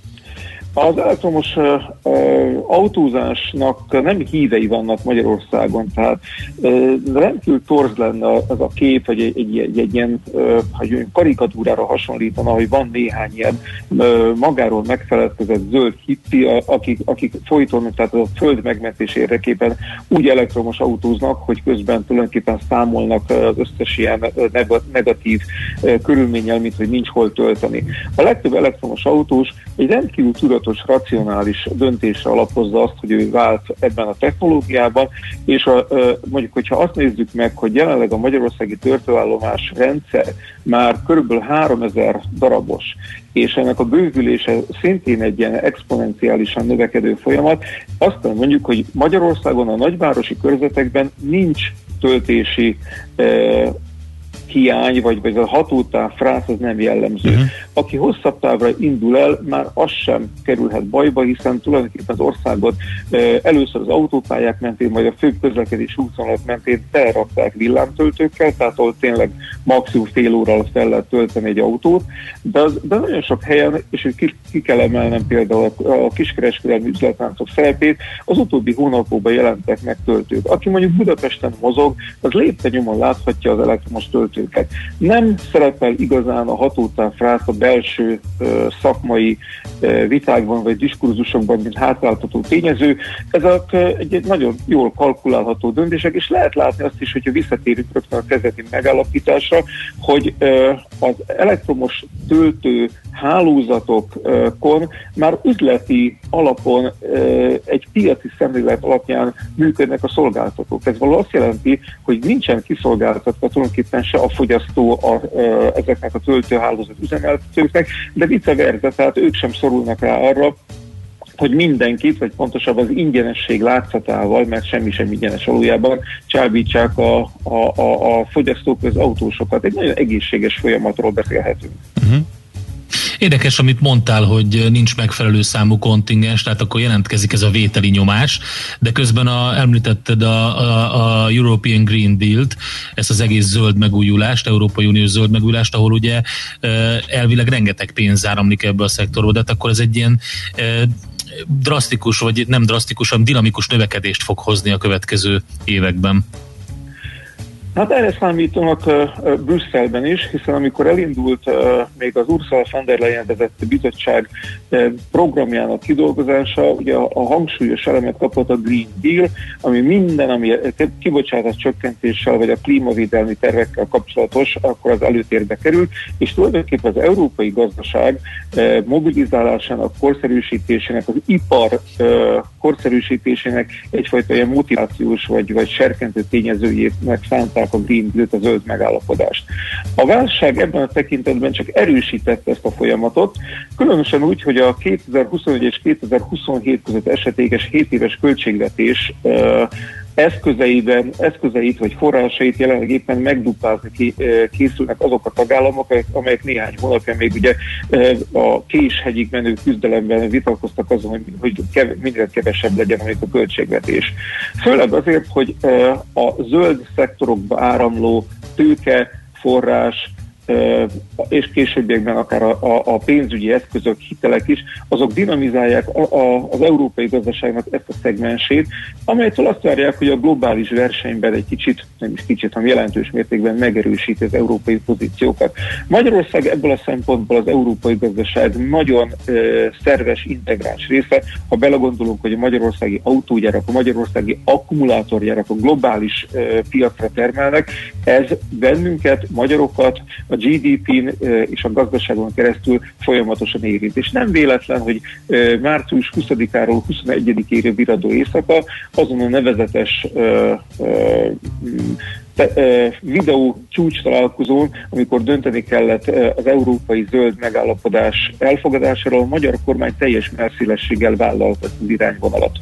Az elektromos uh, uh, autózásnak nem hívei vannak Magyarországon, tehát uh, rendkívül torz lenne az a kép, hogy egy, egy, egy, egy ilyen uh, karikatúrára hasonlítana, hogy van néhány ilyen uh, magáról megfeledkezett zöld hippi, akik, akik folyton, tehát a föld megmentés érdekében úgy elektromos autóznak, hogy közben tulajdonképpen számolnak az összes ilyen negatív uh, körülménnyel, mint hogy nincs hol tölteni. A legtöbb elektromos autós egy rendkívül tudatos, racionális döntésre alapozza azt, hogy ő vált ebben a technológiában, és a, mondjuk, hogyha azt nézzük meg, hogy jelenleg a magyarországi töltőállomás rendszer már körülbelül háromezer darabos, és ennek a bővülése szintén egy ilyen exponenciálisan növekedő folyamat, azt mondjuk, hogy Magyarországon a nagyvárosi körzetekben nincs töltési eh, hiány, vagy, vagy a hatótáv frász az nem jellemző. Uh-huh. Aki hosszabb távra indul el, már az sem kerülhet bajba, hiszen tulajdonképpen az országot e, először az autópályák mentén, majd a főbb közlekedési útvonalak mentén felrakták villámtöltőkkel, tehát ahol tényleg maximum fél óra alatt fel lehet tölteni egy autót, de, az, de nagyon sok helyen, és ki, ki kell emelnem például a, a kiskereskedelmi üzletláncok szerepét, az utóbbi hónapokban jelentek meg töltők. Aki mondjuk Budapesten mozog, az lépten-nyomon láthatja az elektromos töltőt. Nem szerepel igazán a hatótáv frász a belső uh, szakmai uh, vitákban vagy diskurzusokban, mint hátráltató tényező. Ezek uh, egy, egy nagyon jól kalkulálható döntések, és lehet látni azt is, hogyha visszatérünk rögtön a kezdeti megállapításra, hogy uh, az elektromos töltő hálózatokon már üzleti alapon uh, egy piaci szemlélet alapján működnek a szolgáltatók. Ez valóban azt jelenti, hogy nincsen kiszolgáltatva tulajdonképpen se a fogyasztó a, a, ezeknek a töltőhálózat üzemeltetőknek, de vice versa, tehát ők sem szorulnak rá arra, hogy mindenkit, vagy pontosabban az ingyenesség látszatával, mert semmi sem ingyenes valójában, csábítsák a, a, a, a fogyasztók, az autósokat. Egy nagyon egészséges folyamatról beszélhetünk. Uh-huh. Érdekes, amit mondtál, hogy nincs megfelelő számú kontingens, tehát akkor jelentkezik ez a vételi nyomás, de közben a, említetted a, a, a European Green Deal-t, ezt az egész zöld megújulást, Európai Uniós zöld megújulást, ahol ugye elvileg rengeteg pénz áramlik ebbe a szektorba, de hát akkor ez egy ilyen drasztikus, vagy nem drasztikus, hanem dinamikus növekedést fog hozni a következő években. Hát erre számítanak uh, Brüsszelben is, hiszen amikor elindult uh, még az Ursula von der Leyen vezette bizottság uh, programjának kidolgozása, ugye a, a hangsúlyos elemet kapott a Green Deal, ami minden, ami kibocsátás csökkentéssel vagy a klímavédelmi tervekkel kapcsolatos, akkor az előtérbe került, és tulajdonképpen az európai gazdaság uh, mobilizálásának, korszerűsítésének, az ipar uh, korszerűsítésének egyfajta ilyen motivációs vagy, vagy serkentő tényezőjének szánták a Green Deal-t, a zöld megállapodást. A válság ebben a tekintetben csak erősítette ezt a folyamatot, különösen úgy, hogy a kétezer-huszonegy és kétezer-huszonhét között esetéges hét éves költségvetés uh, eszközeiben, eszközeit vagy forrásait jelenleg éppen megduplázni készülnek azok a tagállamok, amelyek néhány hónapja még ugye a késhegyig menő küzdelemben vitatkoztak azon, hogy minél kevesebb legyen a költségvetés. Főleg azért, hogy a zöld szektorokba áramló tőke, forrás, és későbbiekben akár a, a, a pénzügyi eszközök, hitelek is, azok dinamizálják a, a, az európai gazdaságnak ezt a szegmensét, amelytől azt várják, hogy a globális versenyben egy kicsit, nem is kicsit, hanem jelentős mértékben megerősíti az európai pozíciókat. Magyarország ebből a szempontból az európai gazdaság nagyon ö, szerves, integráns része. Ha belegondolunk, hogy a magyarországi autógyárak, a magyarországi akkumulátorgyárak a globális ö, piacra termelnek, ez bennünket, magyarokat, a gé dé pén és a gazdaságon keresztül folyamatosan érint. És nem véletlen, hogy március huszadikáról huszonegyedikére viradó éjszaka azon a nevezetes uh, uh, te, uh, videó csúcs találkozón, amikor dönteni kellett uh, az európai zöld megállapodás elfogadásáról, a magyar kormány teljes messzélességgel vállalt ezt az irányvonalat.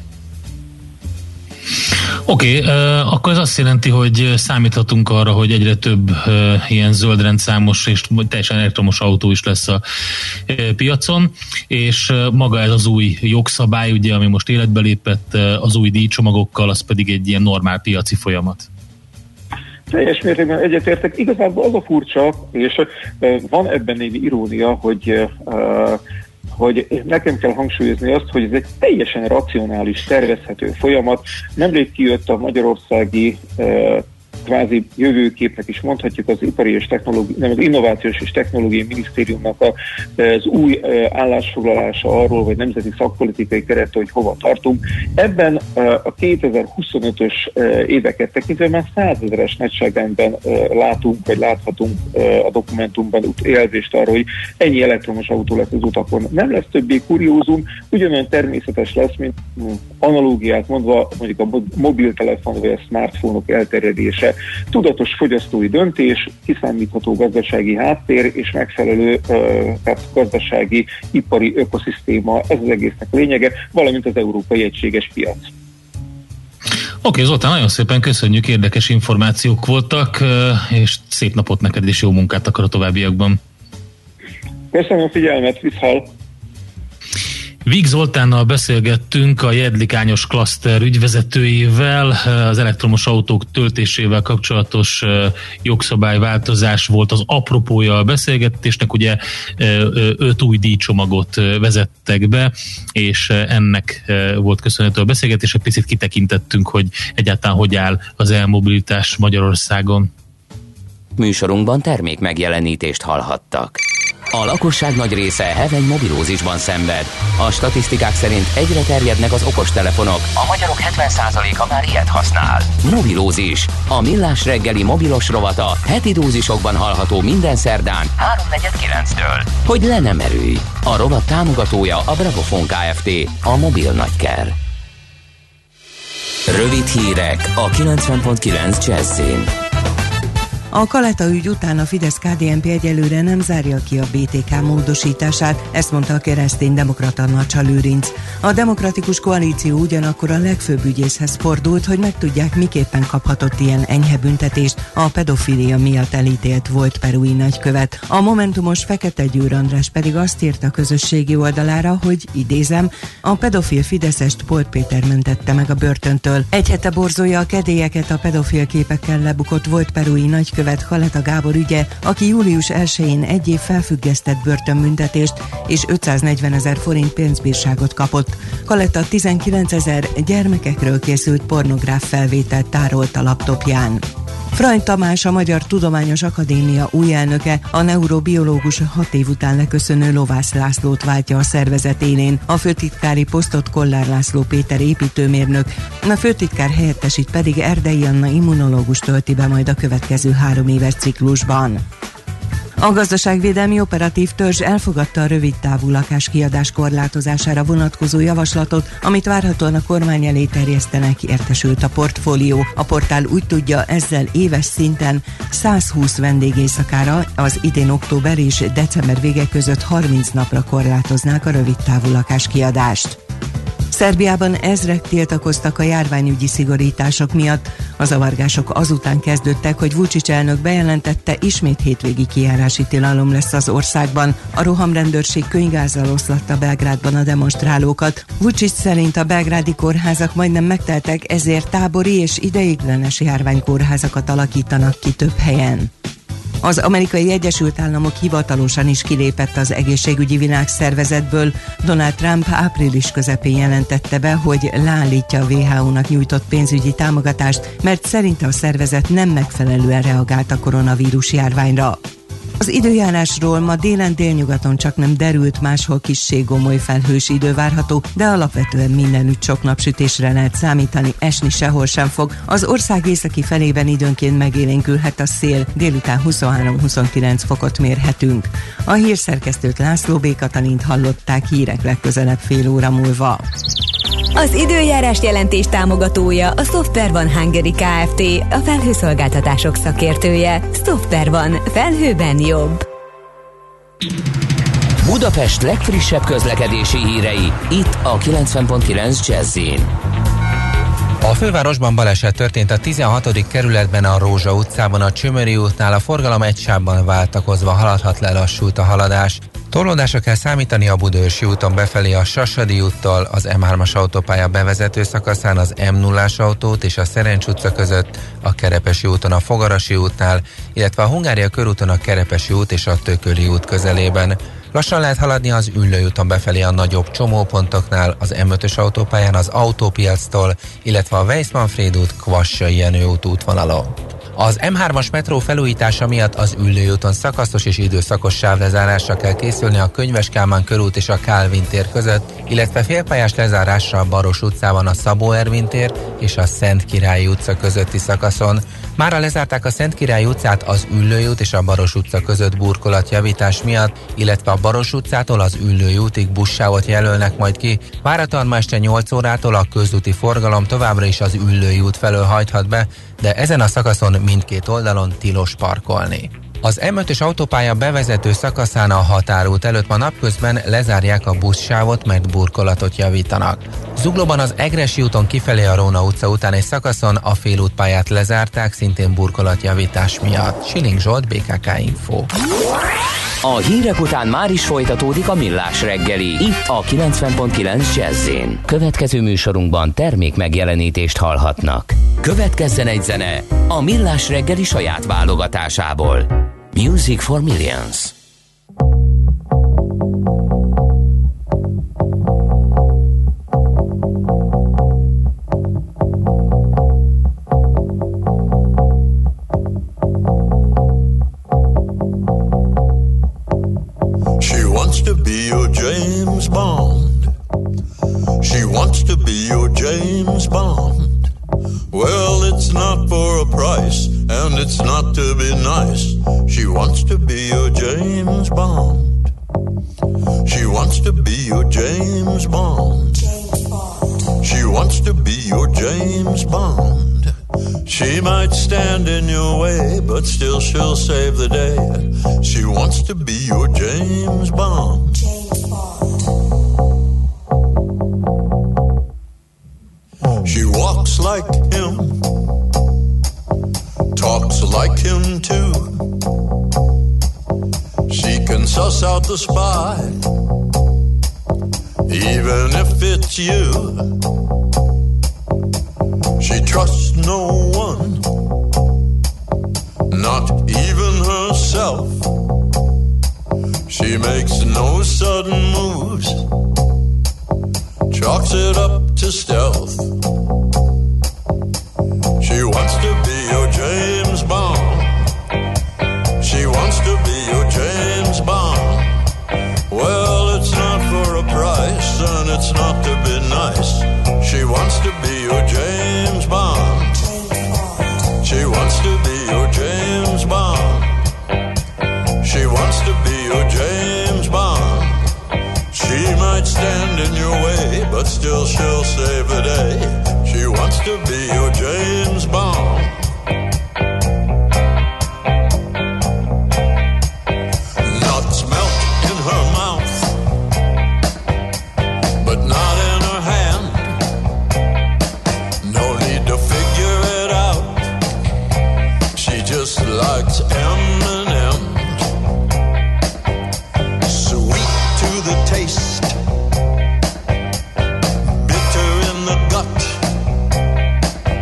Oké, okay, uh, akkor ez azt jelenti, hogy számíthatunk arra, hogy egyre több uh, ilyen zöldrendszámos és teljesen elektromos autó is lesz a uh, piacon, és uh, maga ez az új jogszabály, ugye, ami most életbe lépett uh, az új díjcsomagokkal, az pedig egy ilyen normál piaci folyamat. Teljes mértékben egyetértek. Igazából az a furcsa, és uh, van ebben némi irónia, hogy uh, hogy nekem kell hangsúlyozni azt, hogy ez egy teljesen racionális, tervezhető folyamat. Nemrég kijött a magyarországi eh, kvázi jövőképnek is mondhatjuk az ipari és technológiai, nem az innovációs és technológiai minisztériumnak a, az új állásfoglalása arról, vagy nemzeti szakpolitikai kerete, hogy hova tartunk. Ebben a kétezer-huszonötös éveket tekintve már százezeres nagyságrendben látunk, vagy láthatunk a dokumentumban jelzést arra, hogy ennyi elektromos autó lesz az utakon. Nem lesz többé kuriózum, ugyanolyan természetes lesz, mint analógiát mondva, mondjuk a mobiltelefon vagy a smartphone-ok elterjedése. Tudatos fogyasztói döntés, kiszámítható gazdasági háttér és megfelelő tehát gazdasági, ipari ökoszisztéma, ez az egésznek lényege, valamint az európai egységes piac. Oké, okay, Zoltán, nagyon szépen köszönjük, érdekes információk voltak, és szép napot neked, és jó munkát akar a továbbiakban. Köszönöm a figyelmet, viszhal! Víg Zoltánnal beszélgettünk, a Jedlikányos klaszter ügyvezetőjével. Az elektromos autók töltésével kapcsolatos jogszabályváltozás volt az apropója a beszélgetésnek. Ugye öt új díjcsomagot vezettek be, és ennek volt köszönhető a beszélgetés. Egy picit kitekintettünk, hogy egyáltalán hogy áll az elmobilitás Magyarországon. Műsorunkban termék megjelenítést hallhattak. A lakosság nagy része heveny mobilózisban szenved. A statisztikák szerint egyre terjednek az okostelefonok. A magyarok hetven százaléka már ilyet használ. Mobilózis. A Millás reggeli mobilos rovata heti dózisokban hallható minden szerdán háromnegyed kilenctől. Hogy le nem erőj. A rovat támogatója a Bravofon Kft. A mobil nagyker. Rövid hírek a kilencven pont kilenc Jazzin. A Kaleta ügy után a Fidesz-ká dé en pé egyelőre nem zárja ki a bé té ká módosítását, ezt mondta a kereszténydemokrata Nacsa Lőrinc. A Demokratikus Koalíció ugyanakkor a legfőbb ügyészhez fordult, hogy megtudják, miképpen kaphatott ilyen enyhe büntetést a pedofilia miatt elítélt volt perui nagykövet. A Momentumos Fekete Győr András pedig azt írta a közösségi oldalára, hogy idézem, a pedofil fideszest Polt Péter mentette meg a börtöntől. Egy hete borzolja a kedélyeket a pedofil képekkel lebukott volt perui nagykövet követ Kaleta Gábor ügye, aki július elsején egy év felfüggesztett börtönbüntetést és ötszáznegyvenezer forint pénzbírságot kapott. Kaleta tizenkilencezer gyermekekről készült pornográf felvételt tárolt a laptopján. Frany Tamás, a Magyar Tudományos Akadémia új elnöke, a neurobiológus hat év után leköszönő Lovász Lászlót váltja a szervezet élén. A főtitkári posztot Kollár László Péter építőmérnök, a főtitkár helyettesít pedig Erdei Anna immunológus tölti be majd a következő három éves ciklusban. A gazdaságvédelmi operatív törzs elfogadta a rövidtávú lakáskiadás korlátozására vonatkozó javaslatot, amit várhatóan a kormány elé terjesztenek, értesült a portfólió. A portál úgy tudja, ezzel éves szinten százhúsz vendégészakára az idén október és december vége között harminc napra korlátoznák a rövidtávú lakáskiadást. Szerbiában ezrek tiltakoztak a járványügyi szigorítások miatt. A zavargások azután kezdődtek, hogy Vučić elnök bejelentette, ismét hétvégi kijárási tilalom lesz az országban. A rohamrendőrség könygázzal oszlatta Belgrádban a demonstrálókat. Vučić szerint a belgrádi kórházak majdnem megteltek, ezért tábori és ideiglenes járványkórházakat alakítanak ki több helyen. Az Amerikai Egyesült Államok hivatalosan is kilépett az egészségügyi világszervezetből. Donald Trump április közepén jelentette be, hogy leállítja a dupla vé há ó-nak nyújtott pénzügyi támogatást, mert szerinte a szervezet nem megfelelően reagált a koronavírus járványra. Az időjárásról: ma délen délnyugaton csak nem derült, máshol kissé gomoly felhős idő várható, de alapvetően mindenütt sok napsütésre lehet számítani, esni sehol sem fog. Az ország északi felében időnként megélénkülhet a szél, délután huszonhárom-huszonkilenc fokot mérhetünk. A hírszerkesztőt, László B. Katalint hallották, hírek legközelebb fél óra múlva. Az időjárás jelentés támogatója a Software One Hungary Kft., a felhőszolgáltatások szakértője. Software One. Felhőben jobb. Budapest legfrissebb közlekedési hírei, itt a kilencven pont kilenc Jazz-in. A fővárosban baleset történt a tizenhatodik kerületben, a Rózsa utcában, a Csömöri útnál. A forgalom egy sávban váltakozva haladhat, lelassult a haladás. Torlódásra kell számítani a Budaörsi úton befelé a Sassadi úttól, az em hármas autópálya bevezető szakaszán az em nullás autót és a Szerencs utca között, a Kerepesi úton a Fogarasi útnál, illetve a Hungária körúton a Kerepesi út és a Tököli út közelében. Lassan lehet haladni az Üllői úton befelé a nagyobb csomópontoknál, az em ötös autópályán az Autópiactól, illetve a Weiss-Manfréd út Kvassai Jenő út útvonalon. Az em hármas metró felújítása miatt az Üllői úton szakaszos és időszakos sávlezárásra kell készülni a Könyves Kálmán körút és a Kálvin tér között, illetve félpályás lezárásra a Baros utcában a Szabó Ervin tér és a Szent Királyi utca közötti szakaszon. Mára lezárták a Szent Királyi utcát az Üllői út és a Baros utca között burkolatjavítás miatt, illetve a Baros utcától az Üllői útig buszsávot jelölnek majd ki. Várhatóan ma este nyolc órától a közúti forgalom továbbra is az Üllői út felől hajthat be, de ezen a szakaszon mindkét oldalon tilos parkolni. Az em ötös autópálya bevezető szakaszán a Határút előtt ma napközben lezárják a buszsávot, mert burkolatot javítanak. Zuglóban az Egressy úton kifelé a Róna utca után egy szakaszon a félútpályát lezárták, szintén burkolatjavítás miatt. Siling Zsolt, bé ká ká Info. A hírek után már is folytatódik a Millás reggeli, itt a kilencven pont kilenc Jazz-in. Következő műsorunkban termék megjelenítést hallhatnak. Következzen egy zene a Millás reggeli saját válogatásából. Music for Millions. She wants to be your James Bond. She wants to be your James Bond. Well, it's not for a price, and it's not to be nice. She wants to be your James Bond. She wants to be your James Bond. She wants to be your James Bond. She might stand in your way, but still she'll save the day. She wants to be your James Bond. She walks like him, talks like him too. She can suss out the spy, even if it's you. She trusts no one, not even herself. She makes no sudden moves, chalks it up to stealth. She wants to be your James Bond. She wants to be your James Bond. Well, it's not for a price, and it's not to be nice. She wants to be your James Bond. She wants to be your James Bond. She wants to be your James Bond. She might stand in your way, but still she'll save the day. She wants to be your James Bond. Nuts melt in her mouth, but not in her hand. No need to figure it out. She just likes M and M's. Sweet to the taste, bitter in the gut.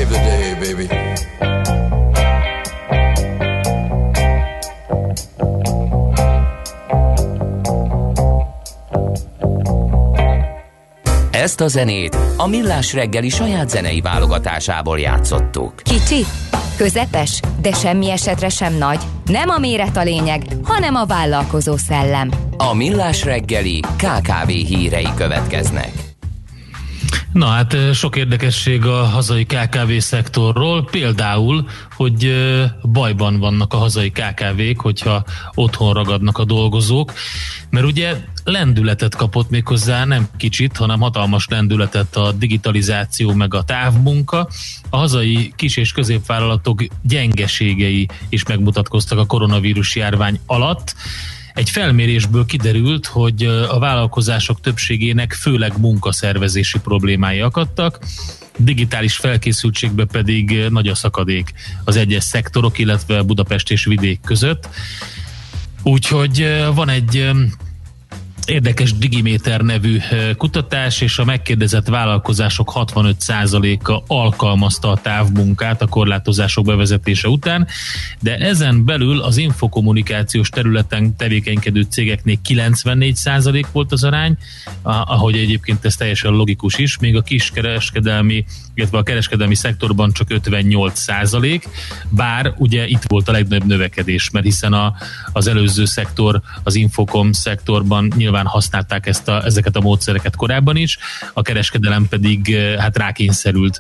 save the day, baby. Ezt a zenét a Millás reggeli saját zenei válogatásából játszottuk. Kicsi, közepes, de semmi esetre sem nagy. Nem a méret a lényeg, hanem a vállalkozó szellem. A Millás reggeli ká ká vé hírei következnek. Na hát sok érdekesség a hazai ká ká vé szektorról, például, hogy bajban vannak a hazai ká ká vék, hogyha otthon ragadnak a dolgozók, mert ugye lendületet kapott méghozzá nem kicsit, hanem hatalmas lendületet a digitalizáció meg a távmunka. A hazai kis- és középvállalatok gyengeségei is megmutatkoztak a koronavírus járvány alatt. Egy felmérésből kiderült, hogy a vállalkozások többségének főleg munkaszervezési problémái akadtak, digitális felkészültségben pedig nagy a szakadék az egyes szektorok, illetve Budapest és vidék között. Úgyhogy van egy érdekes Digiméter nevű kutatás, és a megkérdezett vállalkozások hatvanöt százaléka alkalmazta a távmunkát a korlátozások bevezetése után, de ezen belül az infokommunikációs területen tevékenykedő cégeknél kilencvennégy százalék volt az arány, ahogy egyébként ez teljesen logikus is, még a kiskereskedelmi, illetve a kereskedelmi szektorban csak ötvennyolc százalék, bár ugye itt volt a legnagyobb növekedés, mert hiszen a, az előző szektor, az infokom szektorban nyilván használták ezt a, ezeket a módszereket korábban is, a kereskedelem pedig hát rákényszerült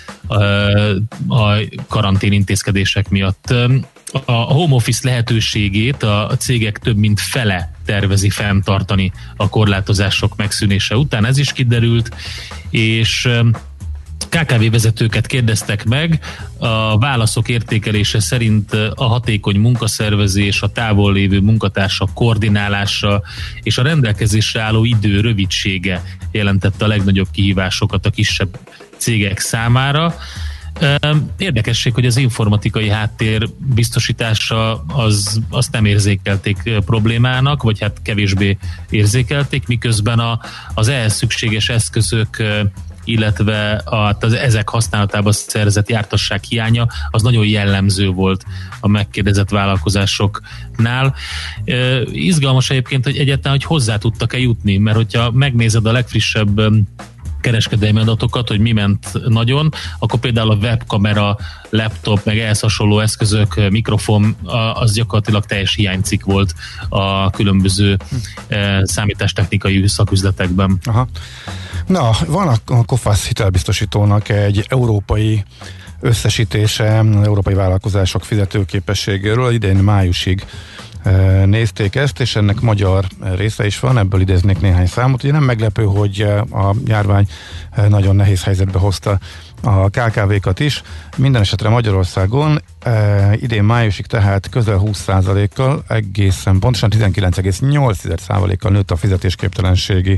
a karantén intézkedések miatt. A home office lehetőségét a cégek több mint fele tervezi fenntartani a korlátozások megszűnése után, ez is kiderült, és ká ká vé vezetőket kérdeztek meg, a válaszok értékelése szerint a hatékony munkaszervezés, a távol lévő munkatársak koordinálása és a rendelkezésre álló idő rövidsége jelentette a legnagyobb kihívásokat a kisebb cégek számára. Érdekesség, hogy az informatikai háttér biztosítása az, azt nem érzékelték problémának, vagy hát kevésbé érzékelték, miközben a, az ehhez szükséges eszközök, illetve az ezek használatában szerzett jártasság hiánya az nagyon jellemző volt a megkérdezett vállalkozásoknál. E, izgalmas egyébként, hogy egyáltalán, hogy hozzá tudtak-e jutni, mert hogyha megnézed a legfrissebb kereskedelmi adatokat, hogy mi ment nagyon, akkor például a webkamera, laptop, meg ehhez hasonló eszközök, mikrofon, az gyakorlatilag teljes hiánycikk volt a különböző számítástechnikai szaküzletekben. Aha. Na, van a Kofasz hitelbiztosítónak egy európai összesítése az európai vállalkozások fizetőképességéről, idén májusig nézték ezt, és ennek magyar része is van, ebből idéznék néhány számot. Ugye nem meglepő, hogy a járvány nagyon nehéz helyzetbe hozta a ká ká vékat is. Minden esetre Magyarországon idén májusig tehát közel húsz százalékkal, egészen pontosan tizenkilenc egész nyolc százalékkal nőtt a fizetésképtelenségi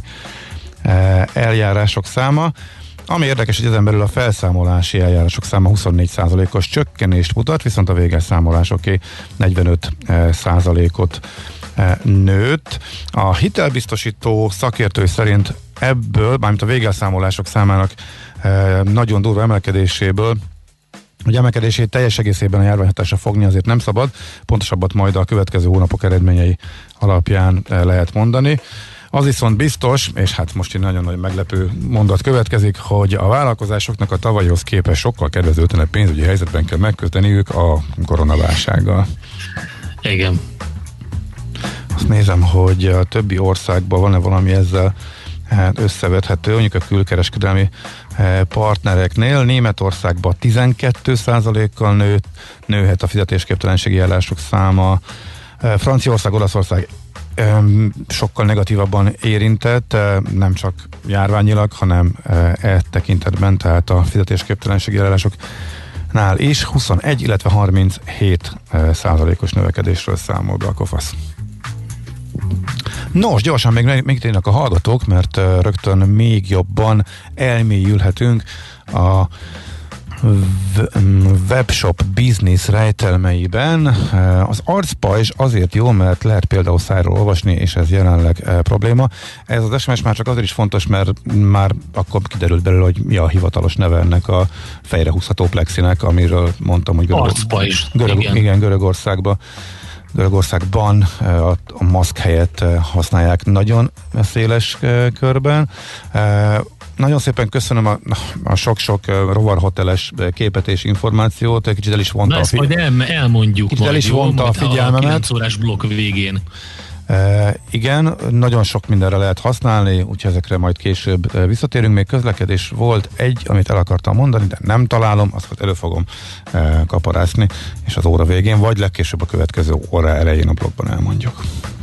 eljárások száma. Ami érdekes, hogy ezen belül a felszámolási eljárások száma huszonnégy százalékos csökkenést mutat, viszont a végelszámolásoké negyvenöt százalékot nőtt. A hitelbiztosító szakértői szerint ebből, mármint a végelszámolások számának nagyon durva emelkedéséből, hogy emelkedését teljes egészében a járványhatásra fogni azért nem szabad, pontosabbat majd a következő hónapok eredményei alapján lehet mondani. Az viszont biztos, és hát most egy nagyon-nagyon meglepő mondat következik, hogy a vállalkozásoknak a tavalyhoz képest sokkal kedvezőtlenebb pénzügyi helyzetben kell megköteniük a koronaválsággal. Igen. Azt nézem, hogy a többi országban van-e valami ezzel összevethető, mondjuk a külkereskedelmi partnereknél. Németországban tizenkét százalékkal nőtt, nőhet a fizetésképtelenségi eljárások száma. Franciaország, Olaszország sokkal negatívabban érintett, nem csak járványilag, hanem e tekintetben, tehát a fizetésképtelenségi eljárásoknál is huszonegy, illetve harminchét százalékos növekedésről számol be a Kofasz. Nos, gyorsan még, még tényleg a hallgatók, mert rögtön még jobban elmélyülhetünk a webshop business rejtelmeiben. Az arcpajzs azért jó, mert lehet például szájról olvasni, és ez jelenleg e, probléma. Ez az es em es már csak azért is fontos, mert már akkor kiderült belőle, hogy mi a hivatalos neve ennek a fejre húzható plexinek, amiről mondtam, hogy Görög, Görög, igen. Igen, Görögországban Görögországban a, a maszk helyett használják nagyon széles körben. Nagyon szépen köszönöm a, a sok-sok rovarhoteles képet és információt, kicsit el is vonta, Na ezt a, fi- majd el, elmondjuk kicsit el is majd, vonta jó, a figyelmemet. A kilenc órás blokk végén. E, igen, nagyon sok mindenre lehet használni, úgyhogy ezekre majd később visszatérünk. Még közlekedés volt egy, amit el akartam mondani, de nem találom, azt elő fogom e, kaparászni, és az óra végén, vagy legkésőbb a következő óra elején a blogban elmondjuk.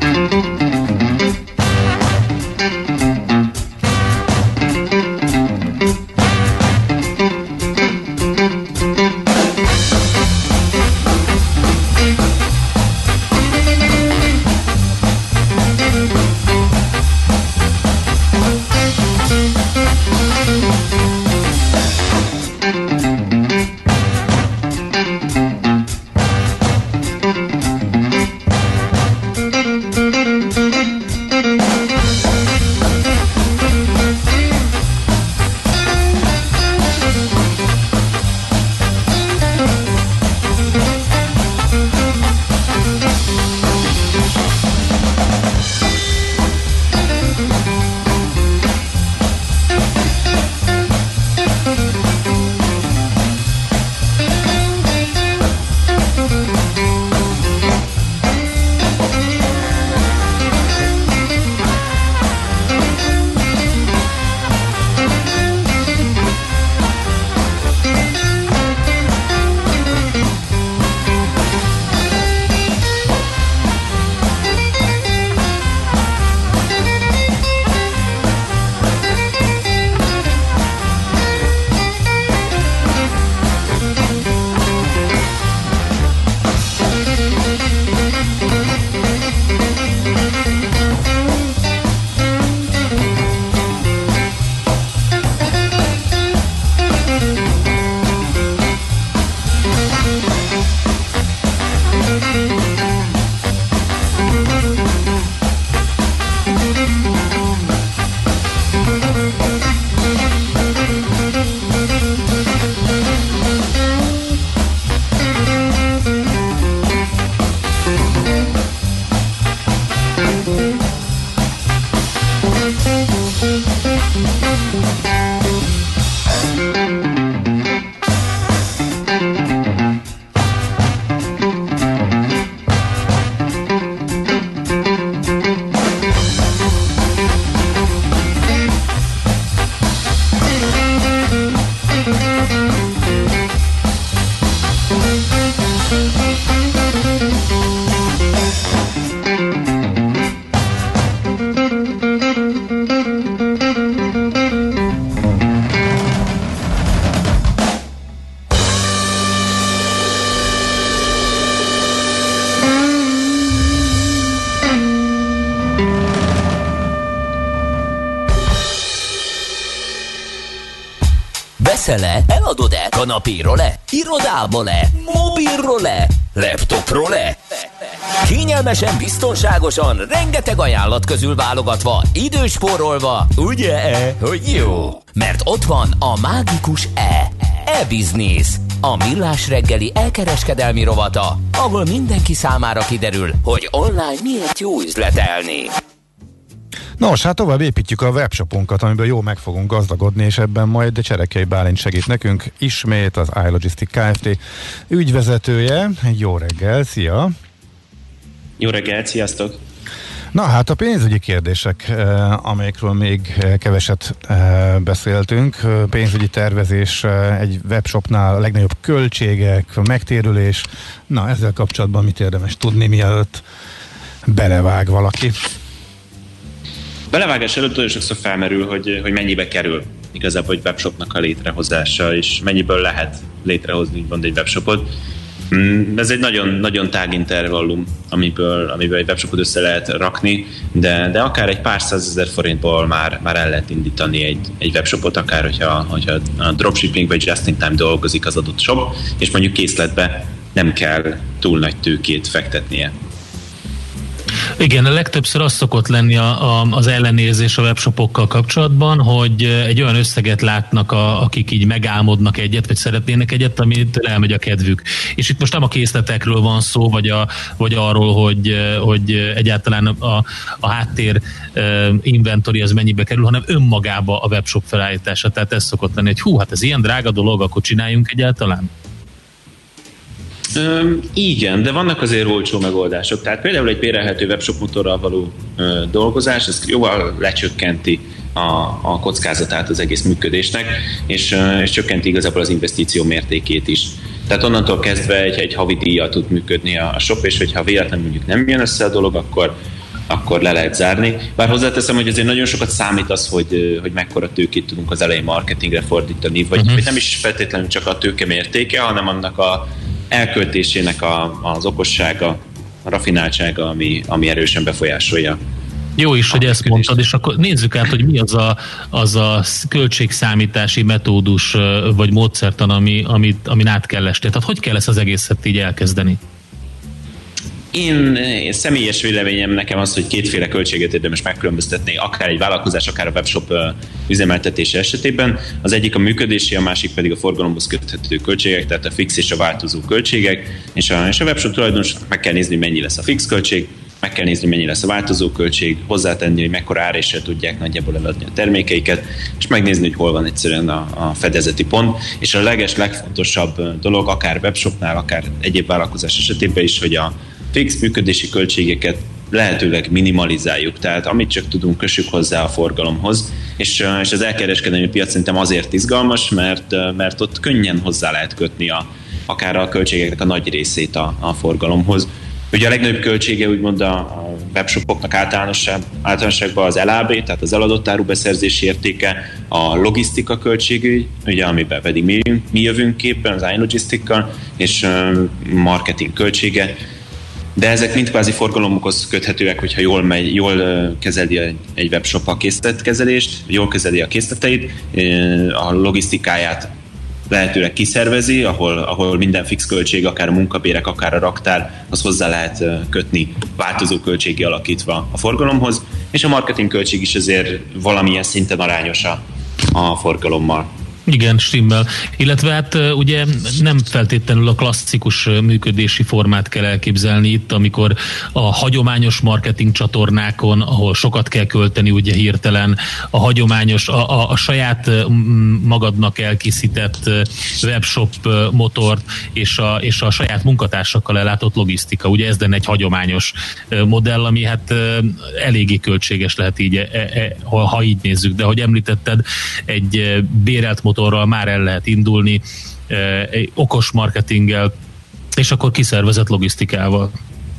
Veszel-e? Eladod-e? Kanapéról-e? Irodából-e? Mobilról-e? Laptopról-e? Kényelmesen, biztonságosan, rengeteg ajánlat közül válogatva, időspórolva, ugye-e, hogy jó? Mert ott van a mágikus E. E-Business, a millás reggeli elkereskedelmi rovata, ahol mindenki számára kiderül, hogy online miért jó üzletelni. Nos, hát tovább építjük a webshopunkat, amiből jó meg fogunk gazdagodni, és ebben majd Cserekei Bálint segít nekünk ismét, az iLogistics Kft. Ügyvezetője. Jó reggel, szia! Jó reggel, sziasztok! Na hát a pénzügyi kérdések, amelyekről még keveset beszéltünk, pénzügyi tervezés egy webshopnál, a legnagyobb költségek, megtérülés, na ezzel kapcsolatban mit érdemes tudni, mielőtt belevág valaki? Belevágás előtt nagyon sokszor felmerül, hogy, hogy mennyibe kerül igazából egy webshopnak a létrehozása, és mennyiből lehet létrehozni úgymond egy webshopot. Ez egy nagyon, nagyon tág intervallum, amiből, amiből egy webshopot össze lehet rakni, de, de akár egy pár százezer forintból már, már el lehet indítani egy, egy webshopot, akár hogyha, hogyha a dropshipping vagy just-in-time dolgozik az adott shop, és mondjuk készletbe nem kell túl nagy tőkét fektetnie. Igen, a legtöbbször az szokott lenni a, a, az ellenérzés a webshopokkal kapcsolatban, hogy egy olyan összeget látnak, a, akik így megálmodnak egyet, vagy szeretnének egyet, amit elmegy a kedvük. És itt most nem a készletekről van szó, vagy, a, vagy arról, hogy, hogy egyáltalán a, a háttér inventory az mennyibe kerül, hanem önmagába a webshop felállítása. Tehát ez szokott lenni, hogy hú, hát ez ilyen drága dolog, akkor csináljunk egyáltalán? Üm, igen, de vannak azért olcsó megoldások. Tehát például egy bérelhető webshop motorral való ö, dolgozás, ez jóval lecsökkenti a, a kockázatát az egész működésnek, és, ö, és csökkenti igazából az investíció mértékét is. Tehát onnantól kezdve egy, egy havi díjjal tud működni a, a shop, és hogyha véletlenül mondjuk nem jön össze a dolog, akkor, akkor le lehet zárni. Bár hozzáteszem, hogy azért nagyon sokat számít az, hogy, hogy mekkora tőkét tudunk az elején marketingre fordítani, vagy, uh-huh. vagy nem is feltétlenül csak a tőke mértéke, hanem annak a elköltésének a, az okossága, a rafináltsága, ami, ami erősen befolyásolja. Jó is, hogy ezt mondtad, és akkor nézzük át, hogy mi az a, az a költségszámítási metódus vagy módszertan, ami, amit, amin át kell esni. Tehát hogy kell ezt az egészet így elkezdeni? Én, én személyes véleményem nekem az, hogy kétféle költséget érdemes megkülönböztetni, akár egy vállalkozás, akár a webshop üzemeltetése esetében. Az egyik a működési, a másik pedig a forgalomhoz köthető költségek, tehát a fix és a változó költségek, és a, és a webshop tulajdonosnak meg kell nézni, mennyi lesz a fix költség, meg kell nézni, mennyi lesz a változó költség, hozzátenni, hogy mekkora áréssel tudják nagyjából eladni a termékeiket, és megnézni, hogy hol van egyszerűen a, a fedezeti pont. És a leges, legfontosabb dolog, akár webshopnál, akár egyéb vállalkozás esetében is, hogy a fix működési költségeket lehetőleg minimalizáljuk, tehát amit csak tudunk, kössük hozzá a forgalomhoz, és, és az elkereskedelmi piac szerintem azért izgalmas, mert, mert ott könnyen hozzá lehet kötni a, akár a költségeknek a nagy részét a, a forgalomhoz. Ugye a legnagyobb költsége úgymond a, a webshopoknak általánosságban az el á bé, tehát az eladott áru beszerzési értéke, a logisztika költségű, ugye amiben pedig mi, mi jövünk képben az iLogistikkal, és marketing költsége. De ezek mind kvázi forgalomokhoz köthetőek, hogyha jól, megy, jól kezeli egy webshop a készletkezelést, jól kezeli a készleteit, a logisztikáját lehetőleg kiszervezi, ahol, ahol minden fix költség, akár a munkabérek, akár a raktár, az hozzá lehet kötni változó költségi alakítva a forgalomhoz, és a marketing költség is azért valamilyen szinten arányos a, a forgalommal. Igen, stimmel. Illetve hát ugye nem feltétlenül a klasszikus működési formát kell elképzelni itt, amikor a hagyományos marketing csatornákon, ahol sokat kell költeni ugye hirtelen, a hagyományos, a, a, a saját magadnak elkészített webshop motort és a, és a saját munkatársakkal ellátott logisztika. Ugye ez lenne egy hagyományos modell, ami hát eléggé költséges lehet így, e, e, ha, ha így nézzük, de ahogy említetted, egy bérelt motorral már el lehet indulni, egy okos marketinggel, és akkor kiszervezett logisztikával.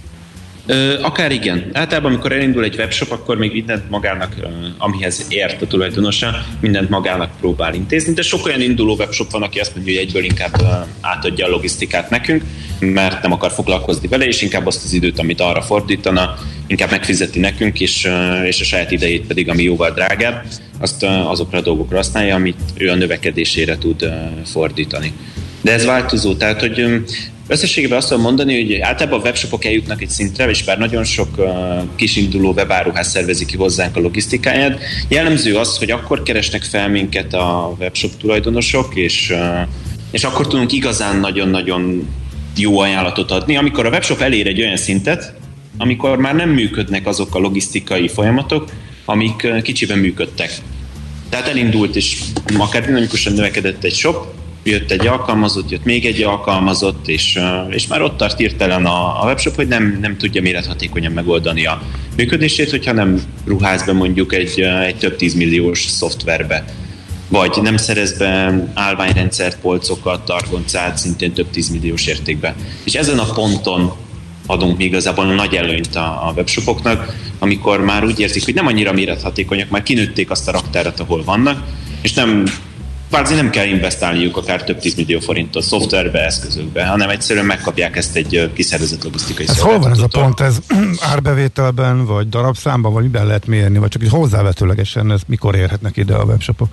Ö, akár igen. Általában, amikor elindul egy webshop, akkor még mindent magának, amihez ért a tulajdonosa, mindent magának próbál intézni, de sok olyan induló webshop van, aki azt mondja, hogy egyből inkább átadja a logisztikát nekünk, mert nem akar foglalkozni vele, és inkább azt az időt, amit arra fordítana, inkább megfizeti nekünk, és, és a saját idejét pedig, ami jóval drágább, azt azokra a dolgokra használja, amit ő a növekedésére tud fordítani. De ez változó, tehát hogy összességében azt tudom mondani, hogy általában a webshopok eljutnak egy szintre, és bár nagyon sok uh, kisinduló webáruház szervezi ki hozzánk a logisztikáját, jellemző az, hogy akkor keresnek fel minket a webshop tulajdonosok, és, uh, és akkor tudunk igazán nagyon-nagyon jó ajánlatot adni, amikor a webshop elér egy olyan szintet, amikor már nem működnek azok a logisztikai folyamatok, amik uh, kicsiben működtek. Tehát elindult, és akár dinamikusan növekedett egy shop, jött egy alkalmazott, jött még egy alkalmazott, és, és már ott tart hirtelen a, a webshop, hogy nem, nem tudja mérethatékonyan megoldani a működését, hogyha nem ruház be mondjuk egy, egy több tízmilliós szoftverbe, vagy nem szerez be állványrendszert, polcokat, targoncát szintén több tízmilliós értékbe. És ezen a ponton adunk mi igazából nagy előnyt a, a webshopoknak, amikor már úgy érzik, hogy nem annyira mérethatékonyak, már kinőtték azt a raktárat, ahol vannak, és nem kvázi nem kell investálniuk akár több tízmillió forintot szoftverbe, eszközökbe, hanem egyszerűen megkapják ezt egy kiszervezett logisztikai ez szolgáltatótól. Hol van ez a pont? Ez árbevételben, vagy darabszámban, vagy miben lehet mérni, vagy csak így hozzávetőlegesen ez mikor érhetnek ide a webshopok?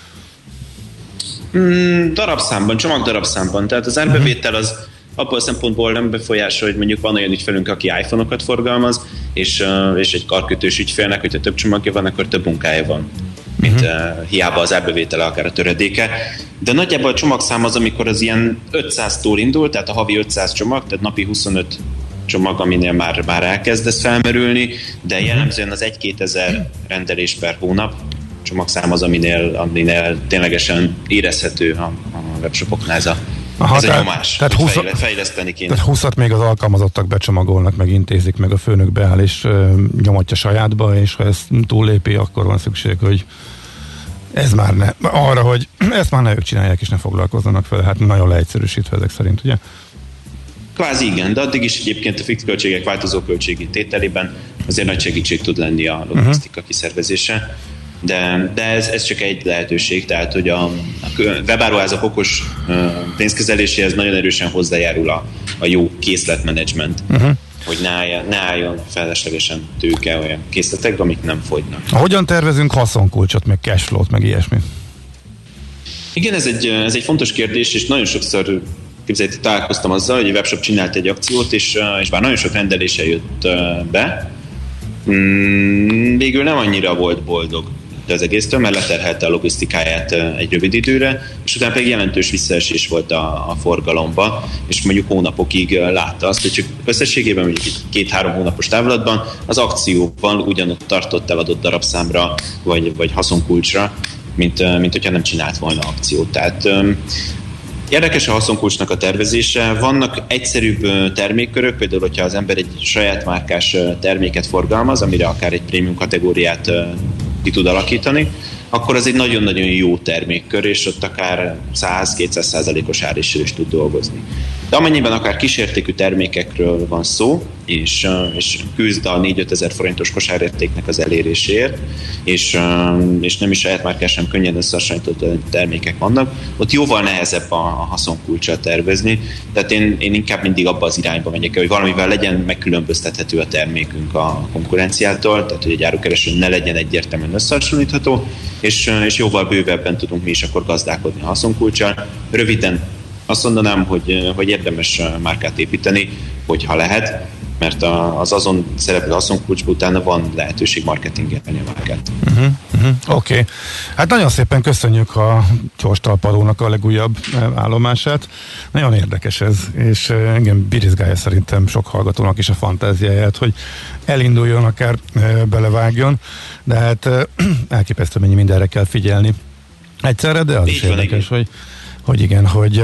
Mm, darabszámban, csomagdarabszámban. Tehát az árbevétel az abból a szempontból nem befolyásol, hogy mondjuk van olyan ügyfelünk, aki iPhone-okat forgalmaz, és, uh, és egy karkötős ügyfélnek, hogyha több csomagja van, akkor több munkája van, mint uh, hiába az árbevétele, akár a töredéke. De nagyjából a csomagszám az, amikor az ilyen ötszáztól indul, tehát a havi ötszáz csomag, tehát napi huszonöt csomag, aminél már, már elkezdesz felmerülni, de jellemzően az egy-kétezer rendelés per hónap csomagszám az, aminél, aminél ténylegesen érezhető a, a webshopoknál ez a, Aha, ez tehát, a nyomás, tehát hogy húsz, fejleszteni kéne. Tehát húszat még az alkalmazottak becsomagolnak, meg intézik, meg a főnök beáll és uh, nyomatja sajátba, és ha ezt túllépi, akkor van szükség, hogy ez már ne, arra, hogy ezt már ne ők csinálják, és ne foglalkozzanak fel, hát nagyon leegyszerűsítve ezek szerint, ugye? Kvázi igen, de addig is egyébként a fix költségek változó költségi tételében azért nagy segítség tud lenni a logisztika uh-huh. kiszervezése. De, de ez, ez csak egy lehetőség, tehát hogy a, a webáruházak okos uh, pénzkezeléséhez nagyon erősen hozzájárul a, a jó készletmenedzsment, uh-huh. hogy ne, állja, ne álljon feleslegesen tőke olyan készletekbe, amik nem fogynak. Hogyan tervezünk haszonkulcsot, meg cashflow-t, meg ilyesmi? Igen, ez egy, ez egy fontos kérdés, és nagyon sokszor képzeljétek, találkoztam azzal, hogy a webshop csinált egy akciót, és, és bár nagyon sok rendelése jött be, mm, végül nem annyira volt boldog az egésztől, mert leterhelte a logisztikáját egy rövid időre, és utána pedig jelentős visszaesés volt a, a forgalomba, és mondjuk hónapokig látta azt, hogy csak összességében mondjuk két-három hónapos távlatban az akcióban ugyanott tartott eladott darabszámra, vagy, vagy haszonkulcsra, mint, mint hogyha nem csinált volna akciót. Tehát érdekes a haszonkulcsnak a tervezése. Vannak egyszerűbb termékkörök, például, hogyha az ember egy saját márkás terméket forgalmaz, amire akár egy prémium kategóriát ki tud alakítani, akkor az egy nagyon-nagyon jó termékkör, és ott akár száz-kétszáz százalékos árésről is tud dolgozni. De amennyiben akár kisértékű termékekről van szó, és, és küzd a négy-öt ezer forintos kosárértéknek az eléréséért, és, és nem is saját márkás, sem könnyen összehasonlított termékek vannak, ott jóval nehezebb a, a haszonkulccsal tervezni, tehát én, én inkább mindig abba az irányba megyek, hogy valamivel legyen megkülönböztethető a termékünk a konkurenciától, tehát hogy egy árukereső ne legyen egyértelműen összehasonlítható, és, és jóval bővebben tudunk mi is akkor gazdálkodni a haszonkulccsal. Röviden azt mondanám, hogy, hogy érdemes márkát építeni, hogyha lehet, mert az azon szereplő haszonkulcsban utána van lehetőség marketingelni a márkát. Uh-huh, uh-huh, Oké. Okay. Hát nagyon szépen köszönjük a Gyors Talpalónak a legújabb állomását. Nagyon érdekes ez, és engem birizgálja szerintem sok hallgatónak is a fantáziáját, hogy elinduljon, akár belevágjon, de hát elképesztő mennyi mindenre kell figyelni egyszerre, de az Így is van, érdekes, hogy, hogy igen, hogy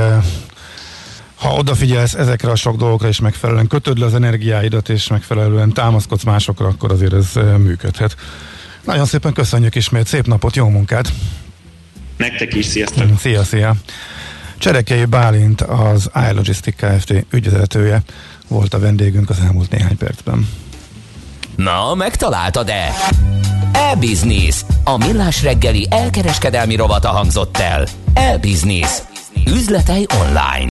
ha odafigyelsz ezekre a sok dolgokra, és megfelelően kötöd le az energiáidat, és megfelelően támaszkodsz másokra, akkor azért ez működhet. Nagyon szépen köszönjük ismét, szép napot, jó munkát! Nektek is, sziasztok! Szia, szia! Cserekei Bálint, az iLogistics Kft. Ügyvezetője volt a vendégünk az elmúlt néhány percben. Na, megtaláltad-e? E-Business, a millás reggeli elkereskedelmi rovata hangzott el. E-Business. Üzletei online.